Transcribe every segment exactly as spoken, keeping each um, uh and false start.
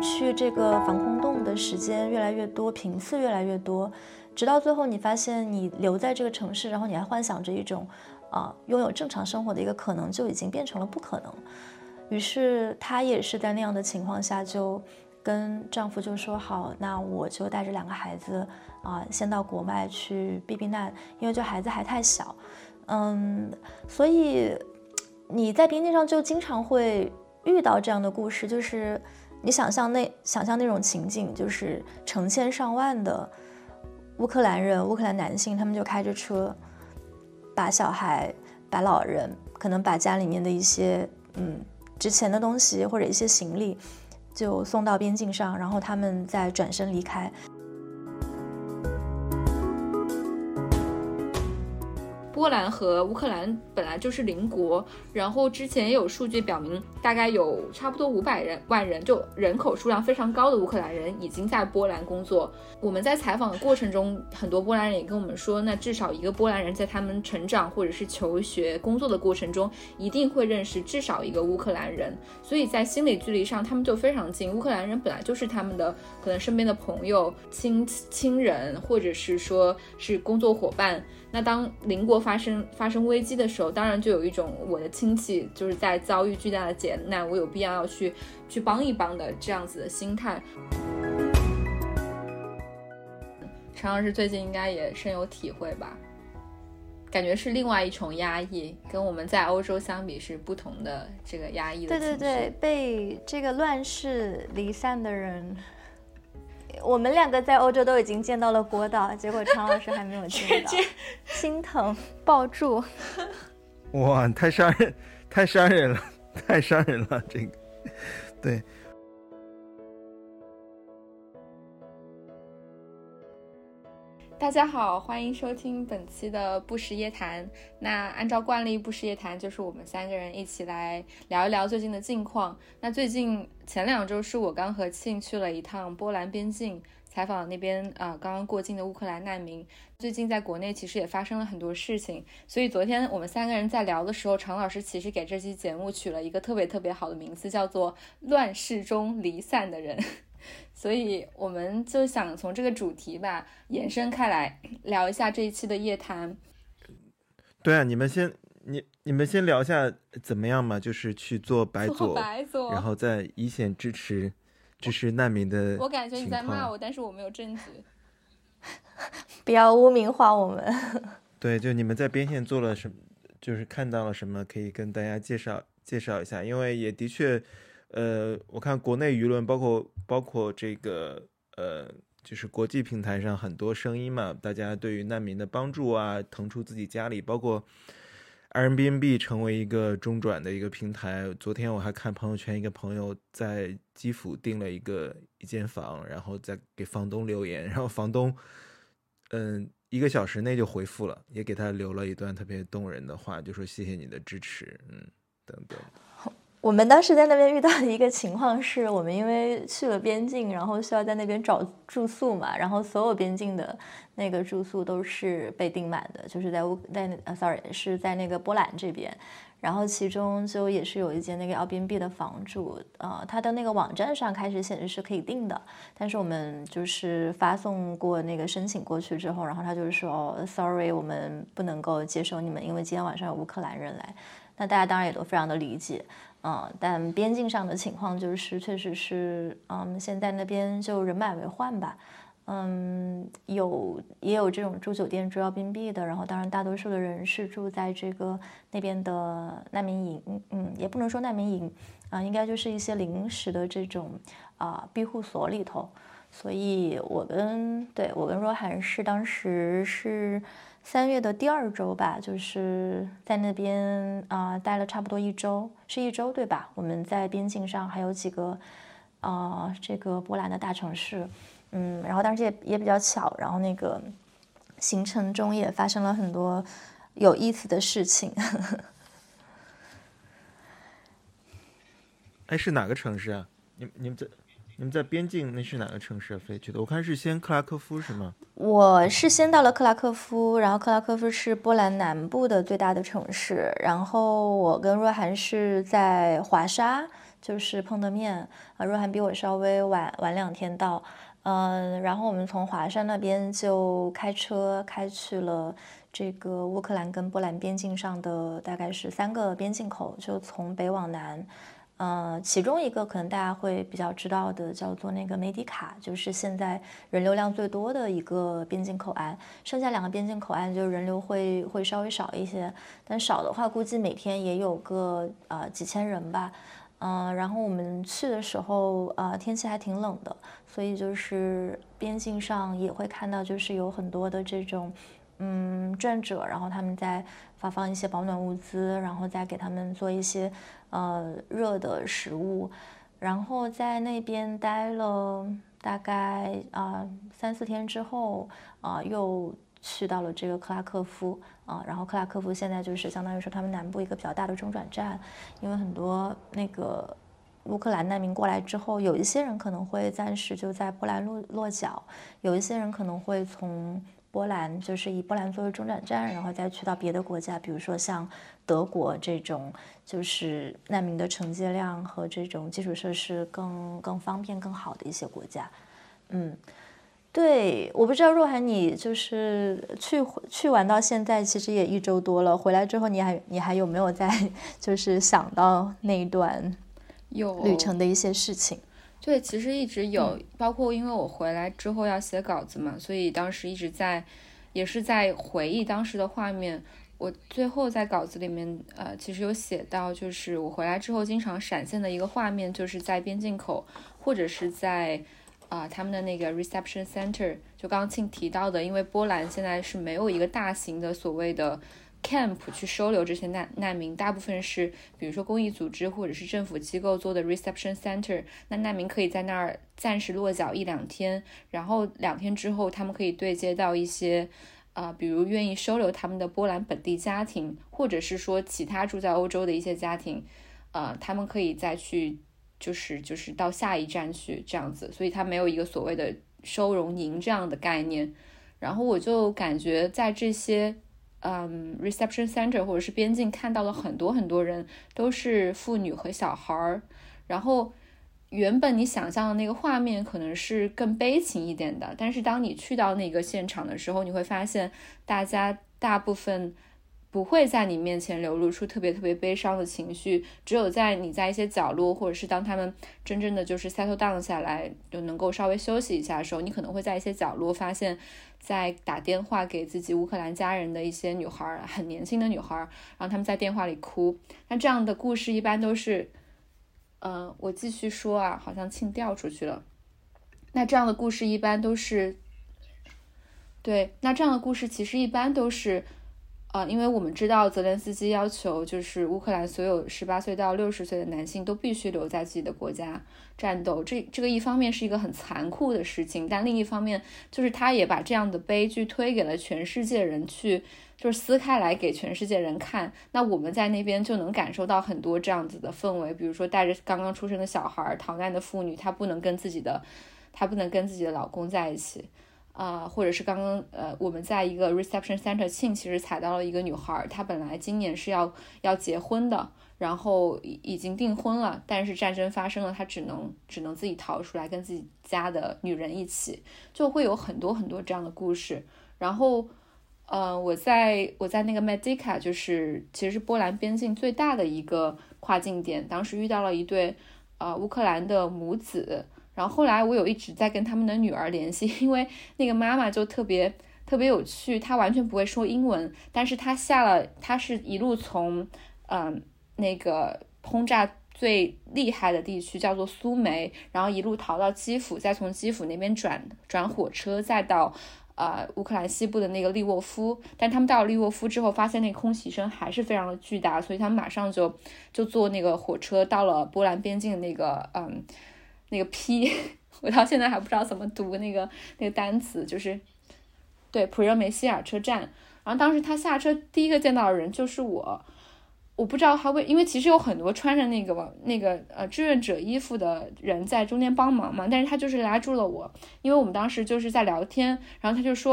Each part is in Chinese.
去这个防空洞的时间越来越多，频次越来越多，直到最后你发现你留在这个城市，然后你还幻想着一种啊、呃、拥有正常生活的一个可能，就已经变成了不可能。于是她也是在那样的情况下，就跟丈夫就说好，那我就带着两个孩子啊、呃，先到国外去避避难，因为就孩子还太小，嗯，所以你在边境上就经常会遇到这样的故事，就是你想象那想象那种情景，就是成千上万的乌克兰人、乌克兰男性，他们就开着车，把小孩、把老人，可能把家里面的一些嗯值钱的东西或者一些行李，就送到边境上，然后他们再转身离开。 波兰和乌克兰本来就是邻国，然后之前也有数据表明，大概有差不多五百人万人，就人口数量非常高的乌克兰人已经在波兰工作。我们在采访的过程中，很多波兰人也跟我们说，那至少一个波兰人在他们成长或者是求学工作的过程中，一定会认识至少一个乌克兰人，所以在心理距离上他们就非常近。乌克兰人本来就是他们的可能身边的朋友、亲亲人，或者是说是工作伙伴。那当邻国发生发生危机的时候，当然就有一种我的亲戚就是在遭遇巨大的劫难，我有必要要去去帮一帮的这样子的心态。常老师最近应该也深有体会吧，感觉是另外一重压抑，跟我们在欧洲相比是不同的这个压抑的情绪。 对对对，被这个乱世离散的人，我们两个在欧洲都已经见到了国岛，结果常老师还没有见到，心疼，抱住。 哇，太伤人，太伤人了，太伤人了，这个，对。 大家好，欢迎收听本期的不时夜谈。那按照惯例，不时夜谈就是我们三个人一起来聊一聊最近的近况。那最近前两周是我刚和庆去了一趟波兰边境，采访那边啊、呃、刚刚过境的乌克兰难民。最近在国内其实也发生了很多事情，所以昨天我们三个人在聊的时候，常老师其实给这期节目取了一个特别特别好的名字，叫做乱世中离散的人。所以我们就想从这个主题吧延伸开来聊一下这一期的夜谈。 对啊，你们先你你们先聊一下怎么样嘛，就是去做白左， 白左然后在一线支持支持难民的情况。 我感觉你在骂我，但是我没有证据。 不要污名化我们。 对，就你们在边线做了什么，就是看到了什么，可以跟大家介绍介绍一下，因为也的确。呃，我看国内舆论，包括包括这个呃，就是国际平台上很多声音嘛，大家对于难民的帮助啊，腾出自己家里，包括 Airbnb 成为一个中转的一个平台。昨天我还看朋友圈，一个朋友在基辅订了一个一间房，然后再给房东留言，然后房东嗯一个小时内就回复了，也给他留了一段特别动人的话，就说谢谢你的支持，嗯，等等。 我们当时在那边遇到的一个情况是，我们因为去了边境，然后需要在那边找住宿嘛，然后所有边境的那个住宿都是被订满的，就是在乌在呃 sorry 是在那个波兰这边，然后其中就也是有一间那个 Airbnb 的房主，呃，他的那个网站上开始显示是可以订的，但是我们就是发送过那个申请过去之后，然后他就是说、哦、sorry 我们不能够接受你们，因为今天晚上有乌克兰人来，那大家当然也都非常的理解。嗯，但边境上的情况就是确实是，嗯，现在那边就人满为患吧，嗯，有也有这种住酒店住Airbnb的，然后当然大多数的人是住在这个那边的难民营，嗯，也不能说难民营啊、呃，应该就是一些临时的这种啊、呃、庇护所里头，所以我跟对我跟若涵是当时是。三月的第二周吧，就是在那边啊、呃、待了差不多一周，是一周对吧？我们在边境上还有几个啊、呃、这个波兰的大城市，嗯，然后当时也也比较巧，然后那个行程中也发生了很多有意思的事情。 哎，是哪个城市啊？你你们在你们在边境，那是哪个城市飞去的？我看是先克拉科夫是吗？ 我是先到了克拉科夫，然后克拉科夫是波兰南部的最大的城市，然后我跟若涵是在华沙就是碰的面啊。若涵比我稍微晚晚两天到，嗯、呃，然后我们从华山那边就开车开去了这个乌克兰跟波兰边境上的大概是三个边境口，就从北往南。呃，其中一个可能大家会比较知道的叫做那个梅迪卡，就是现在人流量最多的一个边境口岸。剩下两个边境口岸就人流会会稍微少一些，但少的话估计每天也有个呃几千人吧。嗯、呃，然后我们去的时候呃天气还挺冷的，所以就是边境上也会看到就是有很多的这种嗯志愿者，然后他们在发放一些保暖物资，然后再给他们做一些呃热的食物，然后在那边待了大概啊、呃、三四天之后啊、呃、又去到了这个克拉科夫啊、呃，然后克拉科夫现在就是相当于说他们南部一个比较大的中转站，因为很多那个乌克兰难民过来之后，有一些人可能会暂时就在波兰落落脚，有一些人可能会从波兰就是以波兰作为中转站，然后再去到别的国家，比如说像德国这种，就是难民的承接量和这种基础设施更更方便、更好的一些国家。嗯，对，我不知道若涵，你就是去去玩到现在，其实也一周多了，回来之后你还你还有没有在就是想到那一段有旅程的一些事情？ 对，其实一直有、嗯、包括因为我回来之后要写稿子嘛，所以当时一直在也是在回忆当时的画面。我最后在稿子里面呃，其实有写到，就是我回来之后经常闪现的一个画面，就是在边境口或者是在啊、呃、他们的那个 reception center， 就刚刚庆提到的，因为波兰现在是没有一个大型的所谓的camp 去收留这些难难民，大部分是比如说公益组织或者是政府机构做的 reception center， 那难民可以在那儿暂时落脚一两天，然后两天之后他们可以对接到一些啊、呃，比如愿意收留他们的波兰本地家庭，或者是说其他住在欧洲的一些家庭，呃，他们可以再去就是就是到下一站去这样子，所以它没有一个所谓的收容营这样的概念。然后我就感觉在这些嗯 reception center 或者是边境看到了很多很多人，都是妇女和小孩，然后原本你想象的那个画面可能是更悲情一点的，但是当你去到那个现场的时候，你会发现大家大部分不会在你面前流露出特别特别悲伤的情绪，只有在你在一些角落，或者是当他们真正的就是 settle down 下来，就能够稍微休息一下的时候，你可能会在一些角落发现在打电话给自己乌克兰家人的一些女孩，很年轻的女孩，然后他们在电话里哭。那这样的故事一般都是嗯、呃，我继续说啊，好像庆掉出去了。那这样的故事一般都是对，那这样的故事其实一般都是呃，因为我们知道泽连斯基要求就是乌克兰所有十八岁到六十岁的男性都必须留在自己的国家战斗，这这个一方面是一个很残酷的事情，但另一方面就是他也把这样的悲剧推给了全世界人去，就是撕开来给全世界人看。那我们在那边就能感受到很多这样子的氛围，比如说带着刚刚出生的小孩，逃难的妇女，她不能跟自己的她不能跟自己的老公在一起。啊、呃，或者是刚刚呃，我们在一个 reception center， 庆其实踩到了一个女孩，她本来今年是要要结婚的，然后已经订婚了，但是战争发生了，她只能只能自己逃出来，跟自己家的女人一起，就会有很多很多这样的故事。然后呃，我在我在那个 Medica， 就是其实是波兰边境最大的一个跨境点，当时遇到了一对呃乌克兰的母子。然后后来我有一直在跟他们的女儿联系，因为那个妈妈就特别特别有趣，她完全不会说英文，但是她下了，她是一路从嗯、呃、那个轰炸最厉害的地区叫做苏梅，然后一路逃到基辅，再从基辅那边转转火车，再到呃乌克兰西部的那个利沃夫。但他们到了利沃夫之后，发现那个空袭声还是非常的巨大，所以他们马上就就坐那个火车到了波兰边境的那个嗯。那个 P 我到现在还不知道怎么读那个那个单词，就是对普热梅希尔车站。然后当时他下车第一个见到的人就是我，我不知道他为，因为其实有很多穿着那个那个呃志愿者衣服的人在中间帮忙嘛，但是他就是拉住了我，因为我们当时就是在聊天，然后他就说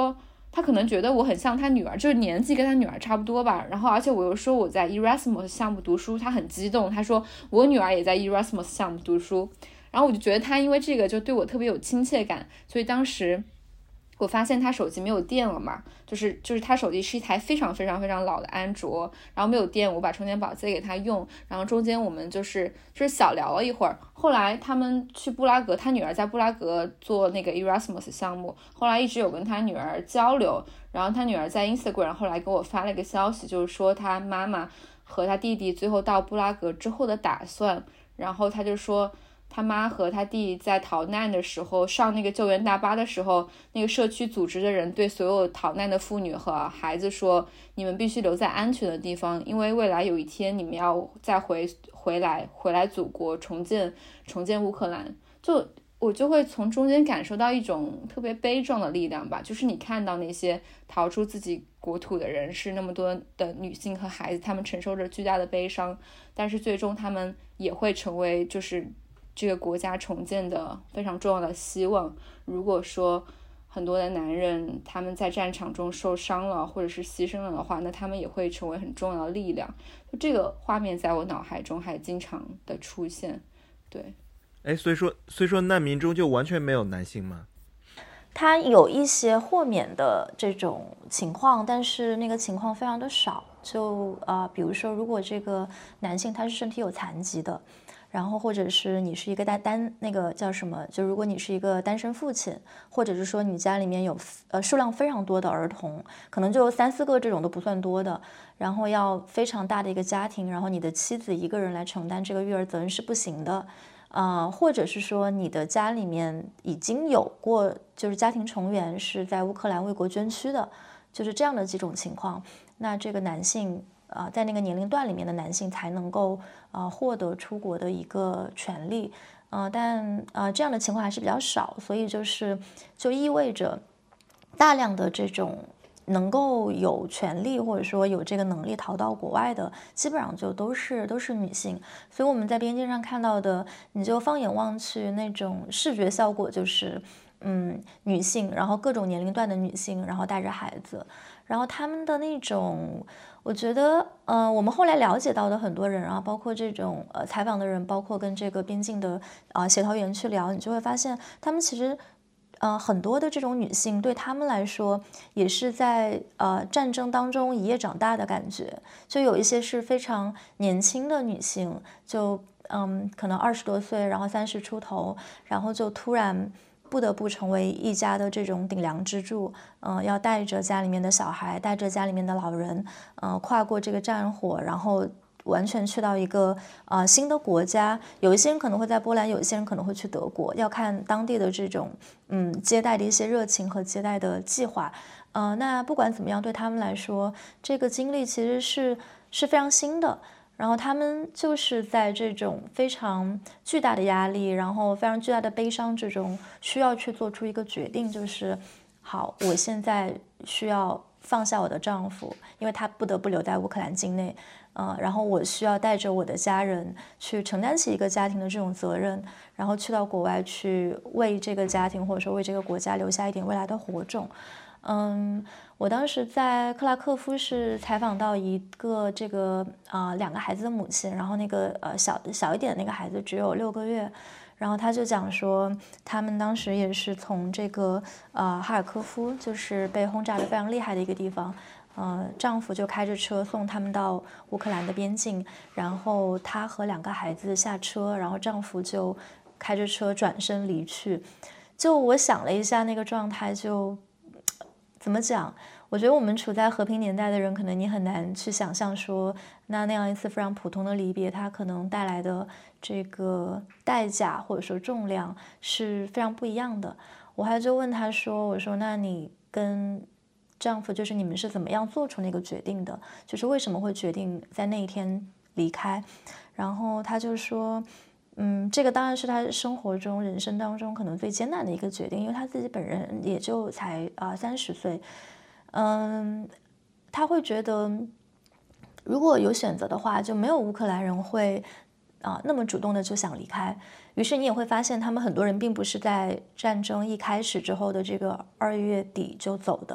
他可能觉得我很像他女儿，就是年纪跟他女儿差不多吧。然后而且我又说我在 Erasmus 项目读书，他很激动，他说我女儿也在 Erasmus 项目读书。然后我就觉得他因为这个就对我特别有亲切感，所以当时我发现他手机没有电了嘛，就是就是他手机是一台非常非常非常老的安卓，然后没有电，我把充电宝借给他用，然后中间我们就是就是小聊了一会儿。后来他们去布拉格，他女儿在布拉格做那个 Erasmus 项目，后来一直有跟他女儿交流，然后他女儿在 Instagram 后来给我发了一个消息，就是说他妈妈和他弟弟最后到布拉格之后的打算，然后他就说他妈和他弟在逃难的时候，上那个救援大巴的时候，那个社区组织的人对所有逃难的妇女和孩子说，你们必须留在安全的地方，因为未来有一天你们要再回回来回来祖国，重建重建乌克兰。就我就会从中间感受到一种特别悲壮的力量吧，就是你看到那些逃出自己国土的人，是那么多的女性和孩子，他们承受着巨大的悲伤，但是最终他们也会成为就是这个国家重建的非常重要的希望。如果说很多的男人他们在战场中受伤了或者是牺牲了的话，那他们也会成为很重要的力量。就这个画面在我脑海中还经常的出现。对， 哎，所以说所以说难民中就完全没有男性吗？ 他有一些豁免的这种情况，但是那个情况非常的少。就呃，比如说如果这个男性他是身体有残疾的，然后或者是你是一个单单那个叫什么，就如果你是一个单身父亲，或者是说你家里面有呃数量非常多的儿童，可能就三四个这种都不算多的，然后要非常大的一个家庭，然后你的妻子一个人来承担这个育儿责任是不行的。呃，或者是说你的家里面已经有过就是家庭成员是在乌克兰为国捐躯的，就是这样的几种情况，那这个男性啊、呃，在那个年龄段里面的男性才能够啊、呃、获得出国的一个权利，呃，但呃这样的情况还是比较少，所以就是就意味着大量的这种能够有权利或者说有这个能力逃到国外的，基本上就都是都是女性。所以我们在边境上看到的，你就放眼望去那种视觉效果就是嗯女性，然后各种年龄段的女性，然后带着孩子，然后他们的那种我觉得呃我们后来了解到的很多人啊，包括这种呃采访的人，包括跟这个边境的啊、呃、协调员去聊，你就会发现他们其实呃，很多的这种女性对她们来说，也是在呃战争当中一夜长大的感觉。就有一些是非常年轻的女性，就嗯，可能二十多岁，然后三十出头，然后就突然不得不成为一家的这种顶梁支柱，嗯、呃，要带着家里面的小孩，带着家里面的老人，嗯、呃，跨过这个战火，然后完全去到一个呃新的国家。有一些人可能会在波兰，有一些人可能会去德国，要看当地的这种嗯接待的一些热情和接待的计划。呃，那不管怎么样，对他们来说，这个经历其实是是非常新的。然后他们就是在这种非常巨大的压力，然后非常巨大的悲伤之中，需要去做出一个决定，就是好，我现在需要放下我的丈夫，因为他不得不留在乌克兰境内，呃，然后我需要带着我的家人去承担起一个家庭的这种责任，然后去到国外去为这个家庭或者说为这个国家留下一点未来的火种。嗯，我当时在克拉科夫是采访到一个这个啊、呃、两个孩子的母亲，然后那个呃小小一点的那个孩子只有六个月，然后他就讲说，他们当时也是从这个呃哈尔科夫，就是被轰炸的非常厉害的一个地方，呃，丈夫就开着车送他们到乌克兰的边境，然后她和两个孩子下车，然后丈夫就开着车转身离去。就我想了一下那个状态，就怎么讲？我觉得我们处在和平年代的人，可能你很难去想象说，那那样一次非常普通的离别，它可能带来的这个代价或者说重量是非常不一样的。我还就问他说，我说那你跟丈夫就是你们是怎么样做出那个决定的？就是为什么会决定在那一天离开？然后他就说，嗯，这个当然是他生活中、人生当中可能最艰难的一个决定，因为他自己本人也就才啊三十岁，嗯，他会觉得如果有选择的话，就没有乌克兰人会啊那么主动的就想离开。于是你也会发现，他们很多人并不是在战争一开始之后的这个二月底就走的，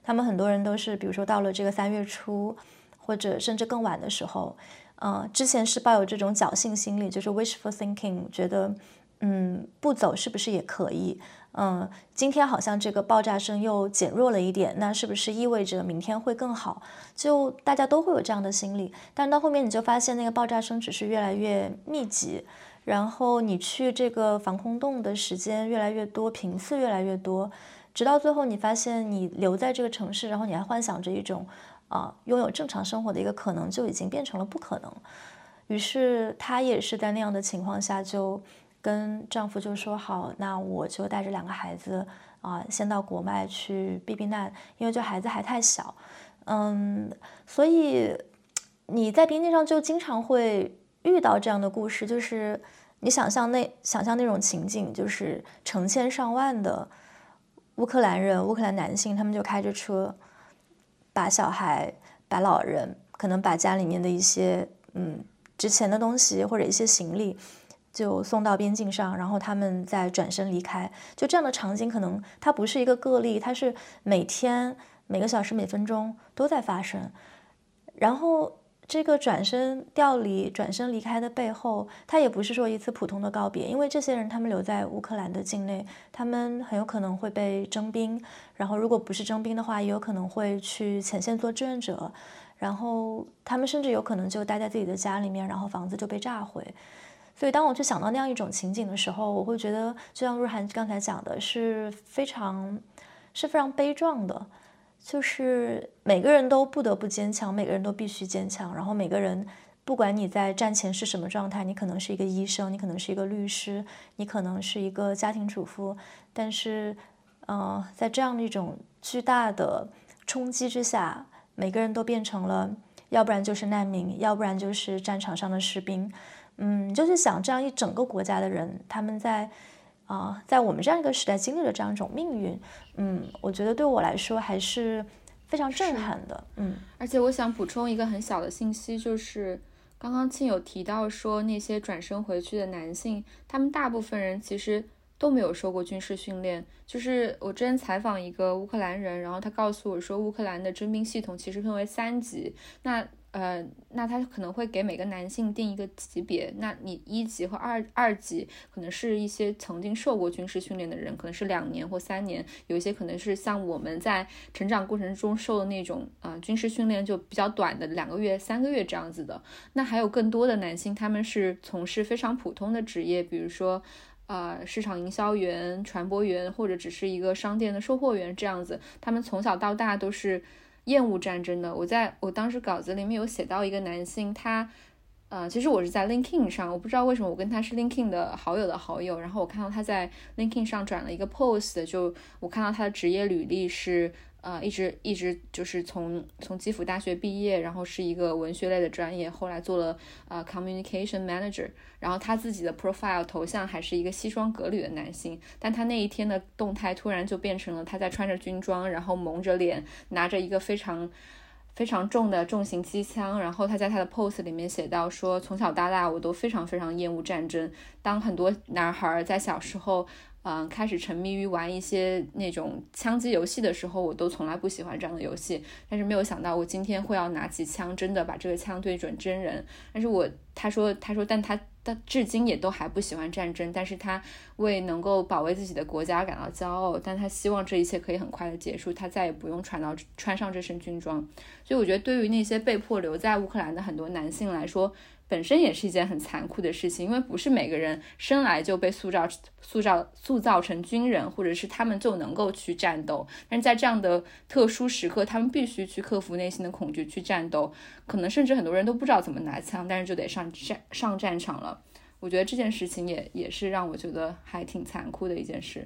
他们很多人都是，比如说到了这个三月初，或者甚至更晚的时候，嗯、呃，之前是抱有这种侥幸心理，就是 wishful thinking， 觉得，嗯，不走是不是也可以？嗯，今天好像这个爆炸声又减弱了一点，那是不是意味着明天会更好？就大家都会有这样的心理，但到后面你就发现那个爆炸声只是越来越密集。然后你去这个防空洞的时间越来越多，频次越来越多，直到最后你发现你留在这个城市，然后你还幻想着一种啊、呃、拥有正常生活的一个可能，就已经变成了不可能。于是她也是在那样的情况下，就跟丈夫就说好，那我就带着两个孩子啊、呃、先到国外去避避难，因为就孩子还太小，嗯，所以你在边境上就经常会遇到这样的故事，就是你想象那想象那种情景，就是成千上万的乌克兰人、乌克兰男性，他们就开着车，把小孩、把老人，可能把家里面的一些嗯值钱的东西或者一些行李，就送到边境上，然后他们再转身离开。就这样的场景，可能它不是一个个例，它是每天、每个小时、每分钟都在发生。然后这个转身调离、转身离开的背后，它也不是说一次普通的告别，因为这些人他们留在乌克兰的境内，他们很有可能会被征兵，然后如果不是征兵的话，也有可能会去前线做志愿者，然后他们甚至有可能就待在自己的家里面，然后房子就被炸毁。所以当我去想到那样一种情景的时候，我会觉得就像若涵刚才讲的，是非常是非常悲壮的。就是每个人都不得不坚强，每个人都必须坚强，然后每个人不管你在战前是什么状态，你可能是一个医生，你可能是一个律师，你可能是一个家庭主妇，但是呃，在这样的一种巨大的冲击之下，每个人都变成了要不然就是难民，要不然就是战场上的士兵。嗯，就是想这样一整个国家的人，他们在啊、呃，在我们这样一个时代经历了这样一种命运，嗯，我觉得对我来说还是非常震撼的，嗯。 而且我想补充一个很小的信息，就是刚刚庆有提到说那些转身回去的男性，他们大部分人其实都没有受过军事训练。就是我之前采访一个乌克兰人，然后他告诉我说，乌克兰的征兵系统其实分为三级，那呃，那他可能会给每个男性定一个级别，那你一级和二二级可能是一些曾经受过军事训练的人，可能是两年或三年，有一些可能是像我们在成长过程中受的那种呃军事训练就比较短的两个月三个月这样子的。那还有更多的男性，他们是从事非常普通的职业，比如说呃，市场营销员、传播员，或者只是一个商店的售货员这样子，他们从小到大都是厌恶战争的。我在我当时稿子里面有写到一个男性，他呃，其实我是在 LinkedIn 上，我不知道为什么我跟他是 LinkedIn 的好友的好友，然后我看到他在 LinkedIn 上转了一个 post， 就我看到他的职业履历是呃，一直一直就是从从基辅大学毕业，然后是一个文学类的专业，后来做了呃 communication manager， 然后他自己的 profile 头像还是一个西装革履的男性，但他那一天的动态突然就变成了他在穿着军装，然后蒙着脸，拿着一个非常非常重的重型机枪，然后他在他的 post 里面写到说，从小到大我都非常非常厌恶战争，当很多男孩在小时候嗯，开始沉迷于玩一些那种枪击游戏的时候，我都从来不喜欢这样的游戏，但是没有想到我今天会要拿起枪，真的把这个枪对准真人。但是我他说他说但他他至今也都还不喜欢战争，但是他为能够保卫自己的国家感到骄傲，但他希望这一切可以很快的结束，他再也不用穿到穿上这身军装。所以我觉得对于那些被迫留在乌克兰的很多男性来说，本身也是一件很残酷的事情，因为不是每个人生来就被塑造塑造塑造成军人，或者是他们就能够去战斗，但是在这样的特殊时刻，他们必须去克服内心的恐惧去战斗，可能甚至很多人都不知道怎么拿枪，但是就得上战上战场了。我觉得这件事情也也是让我觉得还挺残酷的一件事。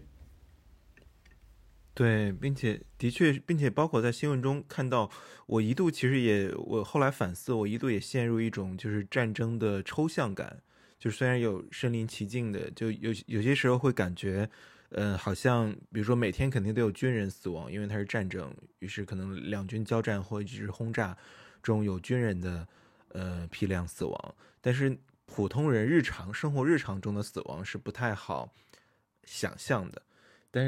对，并且的确，并且包括在新闻中看到，我一度其实也，我后来反思，我一度也陷入一种就是战争的抽象感，就虽然有身临其境的，就有有些时候会感觉，呃，好像比如说每天肯定都有军人死亡，因为它是战争，于是可能两军交战或者是轰炸中有军人的呃批量死亡，但是普通人日常生活日常中的死亡是不太好想象的，但是你。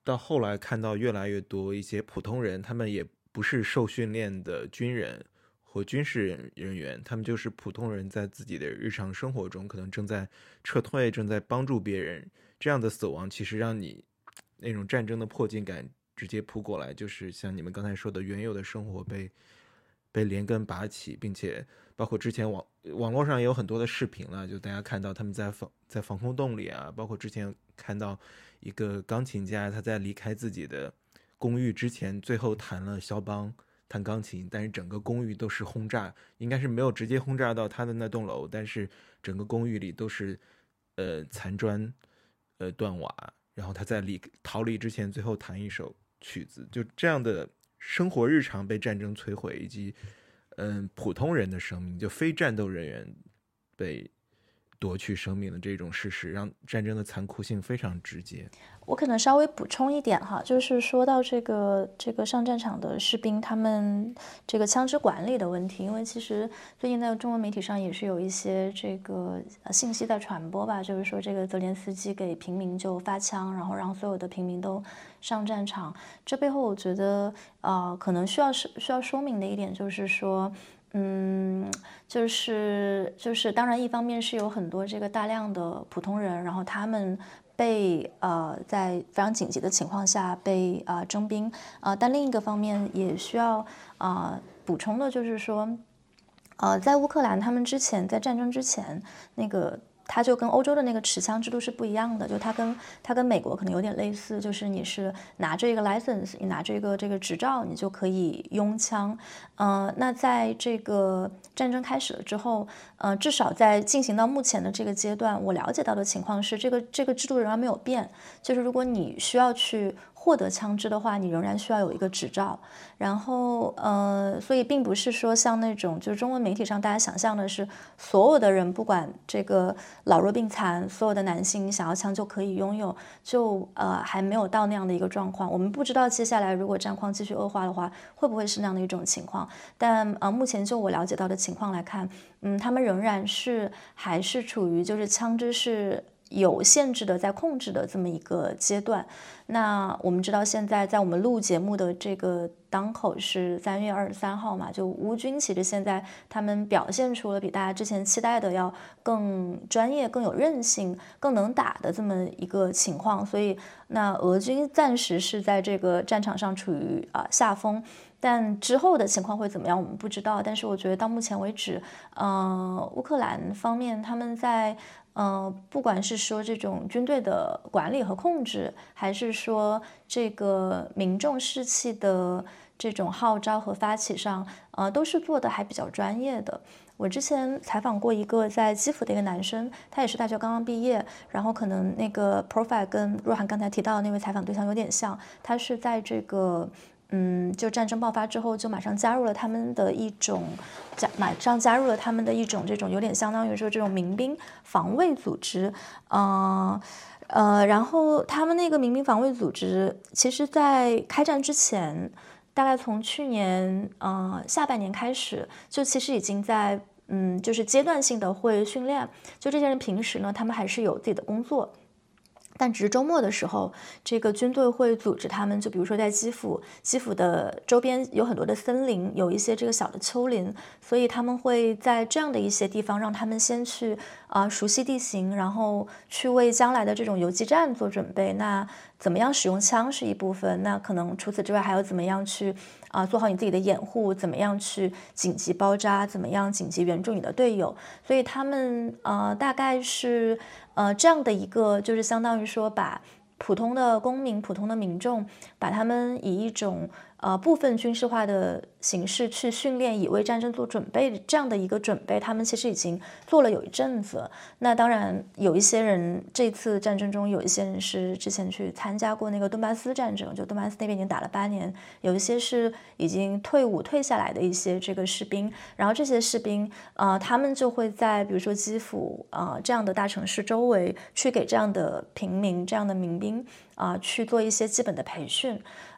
到后来看到越来越多一些普通人，他们也不是受训练的军人或军事人人员，他们就是普通人，在自己的日常生活中可能正在撤退，正在帮助别人。这样的死亡其实让你那种战争的迫近感直接扑过来，就是像你们刚才说的，原有的生活被被连根拔起，并且包括之前网网络上也有很多的视频了，就大家看到他们在防在防空洞里啊，包括之前看到一个钢琴家他在离开自己的公寓之前，最后弹了肖邦。弹钢琴，但是整个公寓都是轰炸，应该是没有直接轰炸到他的那栋楼，但是整个公寓里都是呃残砖、呃断瓦，然后他在离逃离之前，最后弹一首曲子，就这样的生活日常被战争摧毁，以及嗯、呃、普通人的生命，就非战斗人员被夺去生命的这种事实，让战争的残酷性非常直接。 我可能稍微补充一点哈，就是说到这个这个上战场的士兵他们这个枪支管理的问题，因为其实最近在中文媒体上也是有一些这个信息在传播吧，就是说这个泽连斯基给平民就发枪，然后让所有的平民都上战场。这背后我觉得呃可能需要是需要说明的一点就是说。嗯，就是就是，当然，一方面是有很多这个大量的普通人，然后他们被呃在非常紧急的情况下被啊、呃、征兵啊、呃，但另一个方面也需要啊、呃、补充的就是说，呃，在乌克兰他们之前在战争之前那个。它就跟欧洲的那个持枪制度是不一样的，就它跟它跟美国可能有点类似，就是你是拿着一个 license， 你拿着一个这个执照，你就可以拥枪。呃，那在这个战争开始了之后，呃，至少在进行到目前的这个阶段，我了解到的情况是，这个这个制度仍然没有变，就是如果你需要去获得枪支的话，你仍然需要有一个执照。然后呃，所以并不是说像那种就是中文媒体上大家想象的是，所有的人不管这个老弱病残，所有的男性想要枪就可以拥有，就呃还没有到那样的一个状况。我们不知道接下来如果战况继续恶化的话，会不会是那样的一种情况。但呃，目前就我了解到的情况来看，嗯，他们仍然是还是处于就是枪支是有限制的，在控制的这么一个阶段。那我们知道现在在我们录节目的这个当口是三月二十三号嘛，就乌军其实现在他们表现出了比大家之前期待的要更专业、更有韧性、更能打的这么一个情况，所以那俄军暂时是在这个战场上处于啊、呃、下风。但之后的情况会怎么样，我们不知道。但是我觉得到目前为止，呃，乌克兰方面他们在呃，不管是说这种军队的管理和控制，还是说这个民众士气的这种号召和发起上，呃，都是做的还比较专业的。我之前采访过一个在基辅的一个男生，他也是大学刚刚毕业，然后可能那个 profile 跟若涵刚才提到的那位采访对象有点像，他是在这个。嗯，就战争爆发之后，就马上加入了他们的一种，加马上加入了他们的一种这种有点相当于说这种民兵防卫组织，嗯呃, 呃，然后他们那个民兵防卫组织，其实在开战之前，大概从去年呃下半年开始，就其实已经在嗯就是阶段性的会训练，就这些人平时呢，他们还是有自己的工作。但只是周末的时候，这个军队会组织他们，就比如说在基辅，基辅的周边有很多的森林，有一些这个小的丘陵，所以他们会在这样的一些地方，让他们先去啊、呃、熟悉地形，然后去为将来的这种游击战做准备。那怎么样使用枪是一部分，那可能除此之外还有怎么样去啊、呃、做好你自己的掩护，怎么样去紧急包扎，怎么样紧急援助你的队友。所以他们呃大概是。呃，这样的一个就是相当于说，把普通的公民、普通的民众，把他们以一种呃部分军事化的形式去训练，以为战争做准备，这样的一个准备，他们其实已经做了有一阵子。那当然，有一些人这次战争中，有一些人是之前去参加过那个顿巴斯战争，就顿巴斯那边已经打了八年，有一些是已经退伍退下来的一些这个士兵，然后这些士兵呃，他们就会在比如说基辅呃这样的大城市周围去给这样的平民、这样的民兵啊、呃、去做一些基本的培训。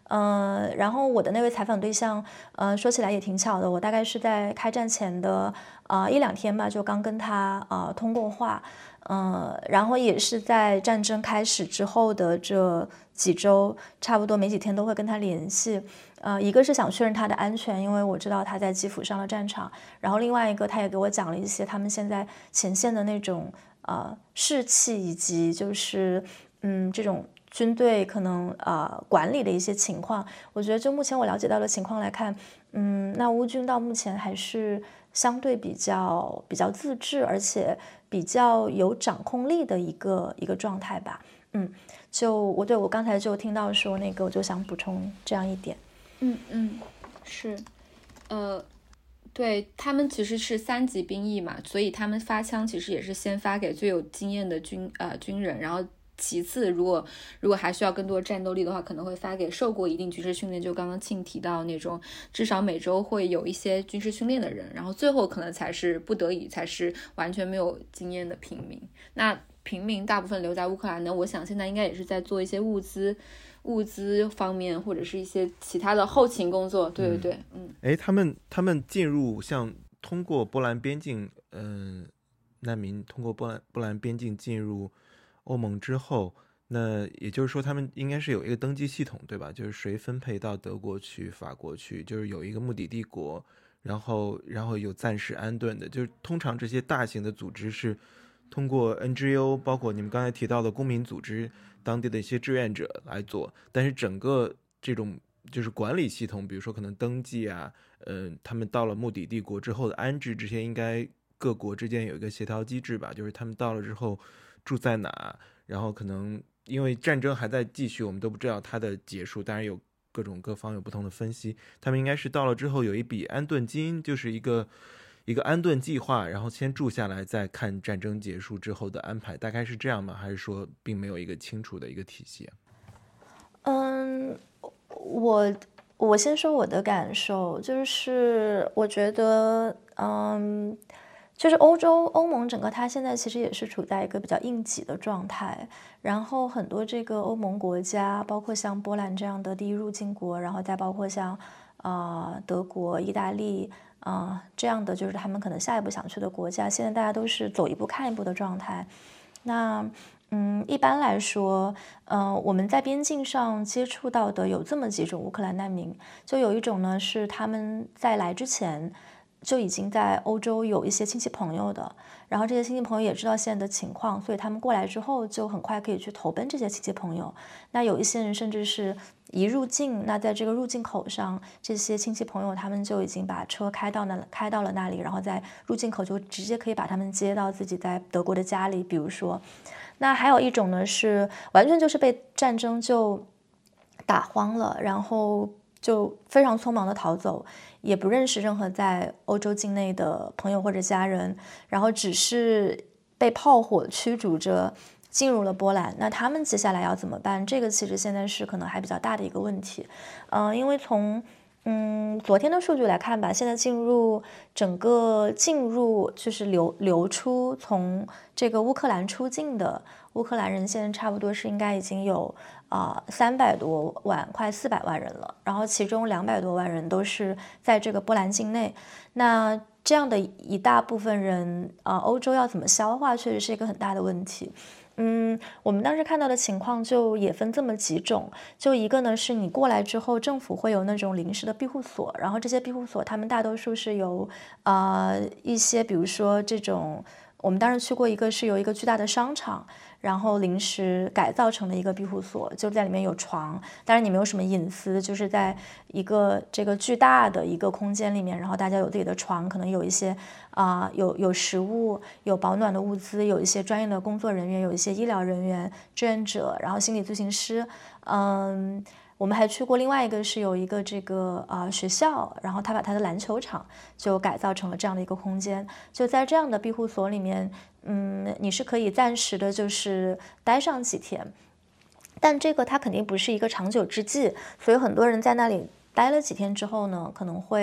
呃，然后我的那位采访对象，呃，说起来也挺巧的，我大概是在开战前的呃一两天吧，就刚跟他呃通过话，呃，然后也是在战争开始之后的这几周，差不多每几天都会跟他联系。呃，一个是想确认他的安全，因为我知道他在基辅上了战场，然后另外一个他也给我讲了一些他们现在前线的那种呃士气，以及就是嗯这种军队可能呃管理的一些情况。我觉得就目前我了解到的情况来看，嗯，那乌军到目前还是相对比较比较自治，而且比较有掌控力的一个一个状态吧。嗯，就我对我刚才就听到说那个，我就想补充这样一点。 嗯嗯，是，呃，对，他们其实是三级兵役嘛，所以他们发枪其实也是先发给最有经验的军呃军人，然后其次如果如果还需要更多战斗力的话，可能会发给受过一定军事训练，就刚刚庆提到那种至少每周会有一些军事训练的人，然后最后可能才是不得已才是完全没有经验的平民。那平民大部分留在乌克兰呢，我想现在应该也是在做一些物资物资方面或者是一些其他的后勤工作。对对对，嗯， 哎，他们他们进入像通过波兰边境，嗯、呃，难民通过波兰波兰边境进入欧盟之后，那也就是说他们应该是有一个登记系统，对吧？就是谁分配到德国去、法国去，就是有一个目的地国，然后然后有暂时安顿的，就是通常这些大型的组织是通过 N G O， 包括你们刚才提到的公民组织、当地的一些志愿者来做，但是整个这种就是管理系统，比如说可能登记啊，呃，他们到了目的地国之后的安置，这些应该各国之间有一个协调机制吧，就是他们到了之后住在哪，然后可能因为战争还在继续，我们都不知道它的结束，当然有各种各方有不同的分析，他们应该是到了之后有一笔安顿金，就是一个一个安顿计划，然后先住下来，再看战争结束之后的安排，大概是这样吗？还是说并没有一个清楚的一个体系啊？ 嗯，我我先说我的感受，就是我觉得，嗯，就是欧洲欧盟整个它现在其实也是处在一个比较应急的状态，然后很多这个欧盟国家，包括像波兰这样的第一入境国，然后再包括像呃德国、意大利啊、呃、这样的，就是他们可能下一步想去的国家，现在大家都是走一步看一步的状态。那嗯，一般来说，呃，我们在边境上接触到的有这么几种乌克兰难民，就有一种呢是他们在来之前就已经在欧洲有一些亲戚朋友的，然后这些亲戚朋友也知道现在的情况，所以他们过来之后就很快可以去投奔这些亲戚朋友。那有一些人甚至是一入境，那在这个入境口上，这些亲戚朋友他们就已经把车开到那开到了那里，然后在入境口就直接可以把他们接到自己在德国的家里，比如说。那还有一种呢，是完全就是被战争就打慌了，然后就非常匆忙的逃走，也不认识任何在欧洲境内的朋友或者家人，然后只是被炮火驱逐着进入了波兰。那他们接下来要怎么办？这个其实现在是可能还比较大的一个问题。嗯、呃，因为从嗯，昨天的数据来看吧，现在进入整个进入就是流流出从这个乌克兰出境的乌克兰人，现在差不多是应该已经有啊三百多万，快四百万人了。然后其中两百多万人都是在这个波兰境内。那这样的一大部分人啊、呃，欧洲要怎么消化，确实是一个很大的问题。嗯，我们当时看到的情况就也分这么几种，就一个呢是你过来之后，政府会有那种临时的庇护所，然后这些庇护所他们大多数是由呃一些比如说这种，我们当时去过一个是由一个巨大的商场，然后临时改造成了一个庇护所，就在里面有床，当然你没有什么隐私，就是在一个这个巨大的一个空间里面，然后大家有自己的床，可能有一些啊、呃、有有食物，有保暖的物资，有一些专业的工作人员，有一些医疗人员、志愿者，然后心理咨询师，嗯。我们还去过另外一个是有一个这个啊、呃、学校，然后他把他的篮球场就改造成了这样的一个空间，就在这样的庇护所里面，嗯，你是可以暂时的就是待上几天，但这个它肯定不是一个长久之计，所以很多人在那里待了几天之后呢，可能会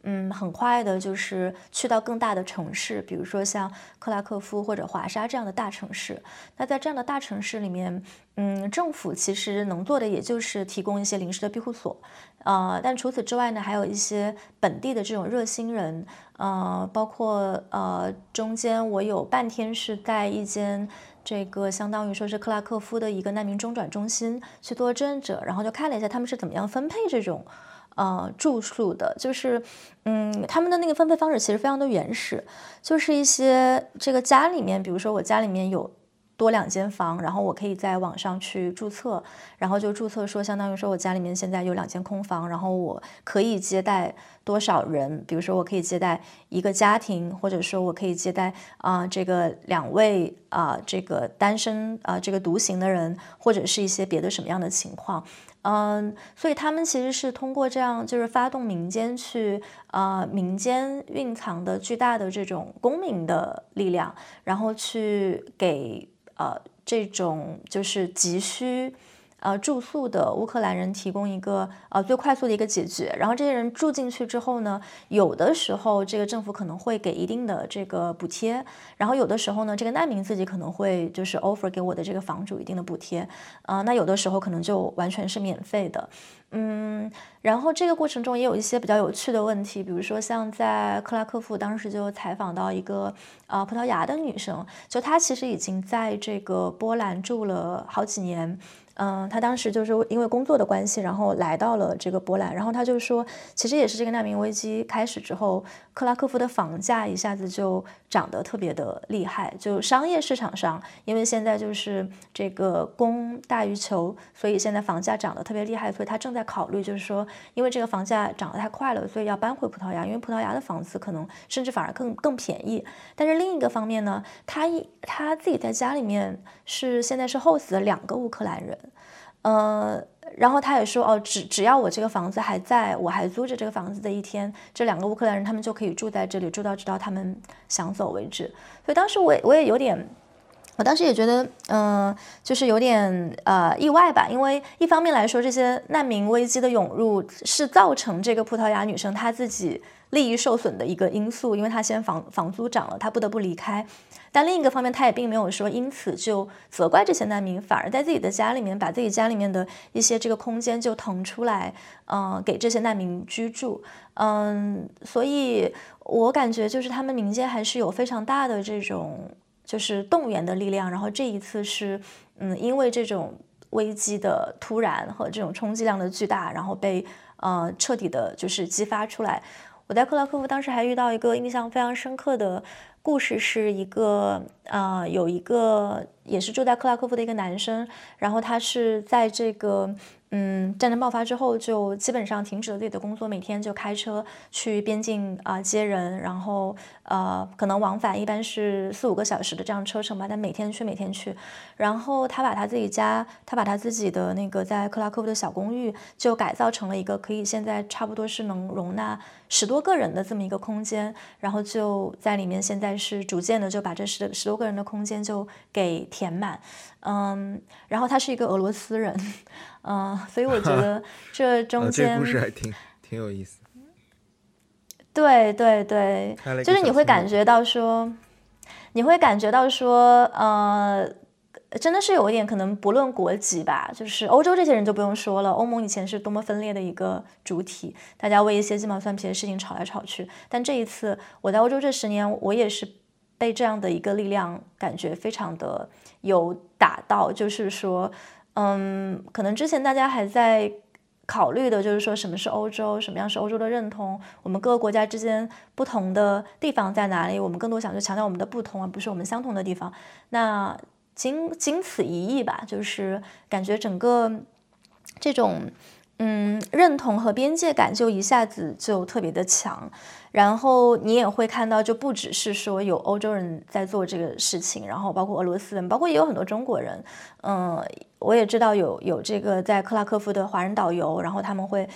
嗯，很快的就是去到更大的城市，比如说像克拉科夫或者华沙这样的大城市。那在这样的大城市里面，嗯，政府其实能做的也就是提供一些临时的庇护所，呃，但除此之外呢，还有一些本地的这种热心人，呃，包括呃中间我有半天是在一间这个相当于说是克拉科夫的一个难民中转中心去做志愿者，然后就看了一下他们是怎么样分配这种呃住宿的，就是嗯他们的那个分配方式其实非常的原始，就是一些这个家里面，比如说我家里面有多两间房，然后我可以在网上去注册，然后就注册说，相当于说我家里面现在有两间空房，然后我可以接待多少人，比如说我可以接待一个家庭，或者说我可以接待啊、呃、这个两位啊、呃、这个单身啊、呃、这个独行的人，或者是一些别的什么样的情况。嗯，所以他们其实是通过这样，就是发动民间去，呃，民间蕴藏的巨大的这种公民的力量，然后去给呃这种就是急需呃住宿的乌克兰人提供一个呃最快速的一个解决。然后这些人住进去之后呢，有的时候这个政府可能会给一定的这个补贴，然后有的时候呢，这个难民自己可能会就是 offer 给我的这个房主一定的补贴，呃，那有的时候可能就完全是免费的。嗯，然后这个过程中也有一些比较有趣的问题，比如说像在克拉科夫，当时就采访到一个呃葡萄牙的女生，就她其实已经在这个波兰住了好几年。嗯，他当时就是因为工作的关系，然后来到了这个波兰，然后他就说，其实也是这个难民危机开始之后，克拉科夫的房价一下子就涨得特别的厉害，就商业市场上，因为现在就是这个供大于求，所以现在房价涨得特别厉害，所以他正在考虑，就是说，因为这个房价涨得太快了，所以要搬回葡萄牙，因为葡萄牙的房子可能甚至反而更更便宜。但是另一个方面呢，他一他自己在家里面是现在是 host 的两个乌克兰人。呃，然后他也说，哦，只只要我这个房子还在，我还租着这个房子的一天，这两个乌克兰人他们就可以住在这里，住到直到他们想走为止。所以当时我也我也有点，我当时也觉得，嗯、呃，就是有点呃意外吧，因为一方面来说，这些难民危机的涌入是造成这个葡萄牙女生她自己利益受损的一个因素，因为她先房房租涨了，她不得不离开。但另一个方面，他也并没有说因此就责怪这些难民，反而在自己的家里面把自己家里面的一些这个空间就腾出来，嗯、呃，给这些难民居住。嗯，所以我感觉就是他们民间还是有非常大的这种就是动员的力量。然后这一次是，嗯，因为这种危机的突然和这种冲击量的巨大，然后被呃彻底的就是激发出来。我在克拉科夫当时还遇到一个印象非常深刻的故事，是一个呃有一个也是住在克拉科夫的一个男生，然后他是在这个嗯战争爆发之后就基本上停止了自己的工作，每天就开车去边境啊、呃、接人，然后呃可能往返一般是四五个小时的这样车程吧，但每天去每天去，然后他把他自己家他把他自己的那个在克拉科夫的小公寓就改造成了一个可以现在差不多是能容纳十多个人的这么一个空间，然后就在里面现在是逐渐的就把这十十多个人的空间就给填满。嗯，然后他是一个俄罗斯人，嗯，所以我觉得这中间、 呃、这故事还挺挺有意思。 对对对，就是你会感觉到说，你会感觉到说，呃。真的是有一点可能不论国籍吧，就是欧洲这些人就不用说了，欧盟以前是多么分裂的一个主体，大家为一些鸡毛蒜皮的事情吵来吵去。但这一次我在欧洲这十年，我也是被这样的一个力量感觉非常的有打到，就是说，嗯，可能之前大家还在考虑的就是说什么是欧洲，什么样是欧洲的认同，我们各个国家之间不同的地方在哪里，我们更多想去强调我们的不同，而不是我们相同的地方。那仅仅此一役吧，就是感觉整个这种嗯认同和边界感就一下子就特别的强，然后你也会看到，就不只是说有欧洲人在做这个事情，然后包括俄罗斯人，包括也有很多中国人。嗯，我也知道有有这个在克拉科夫的华人导游，然后他们会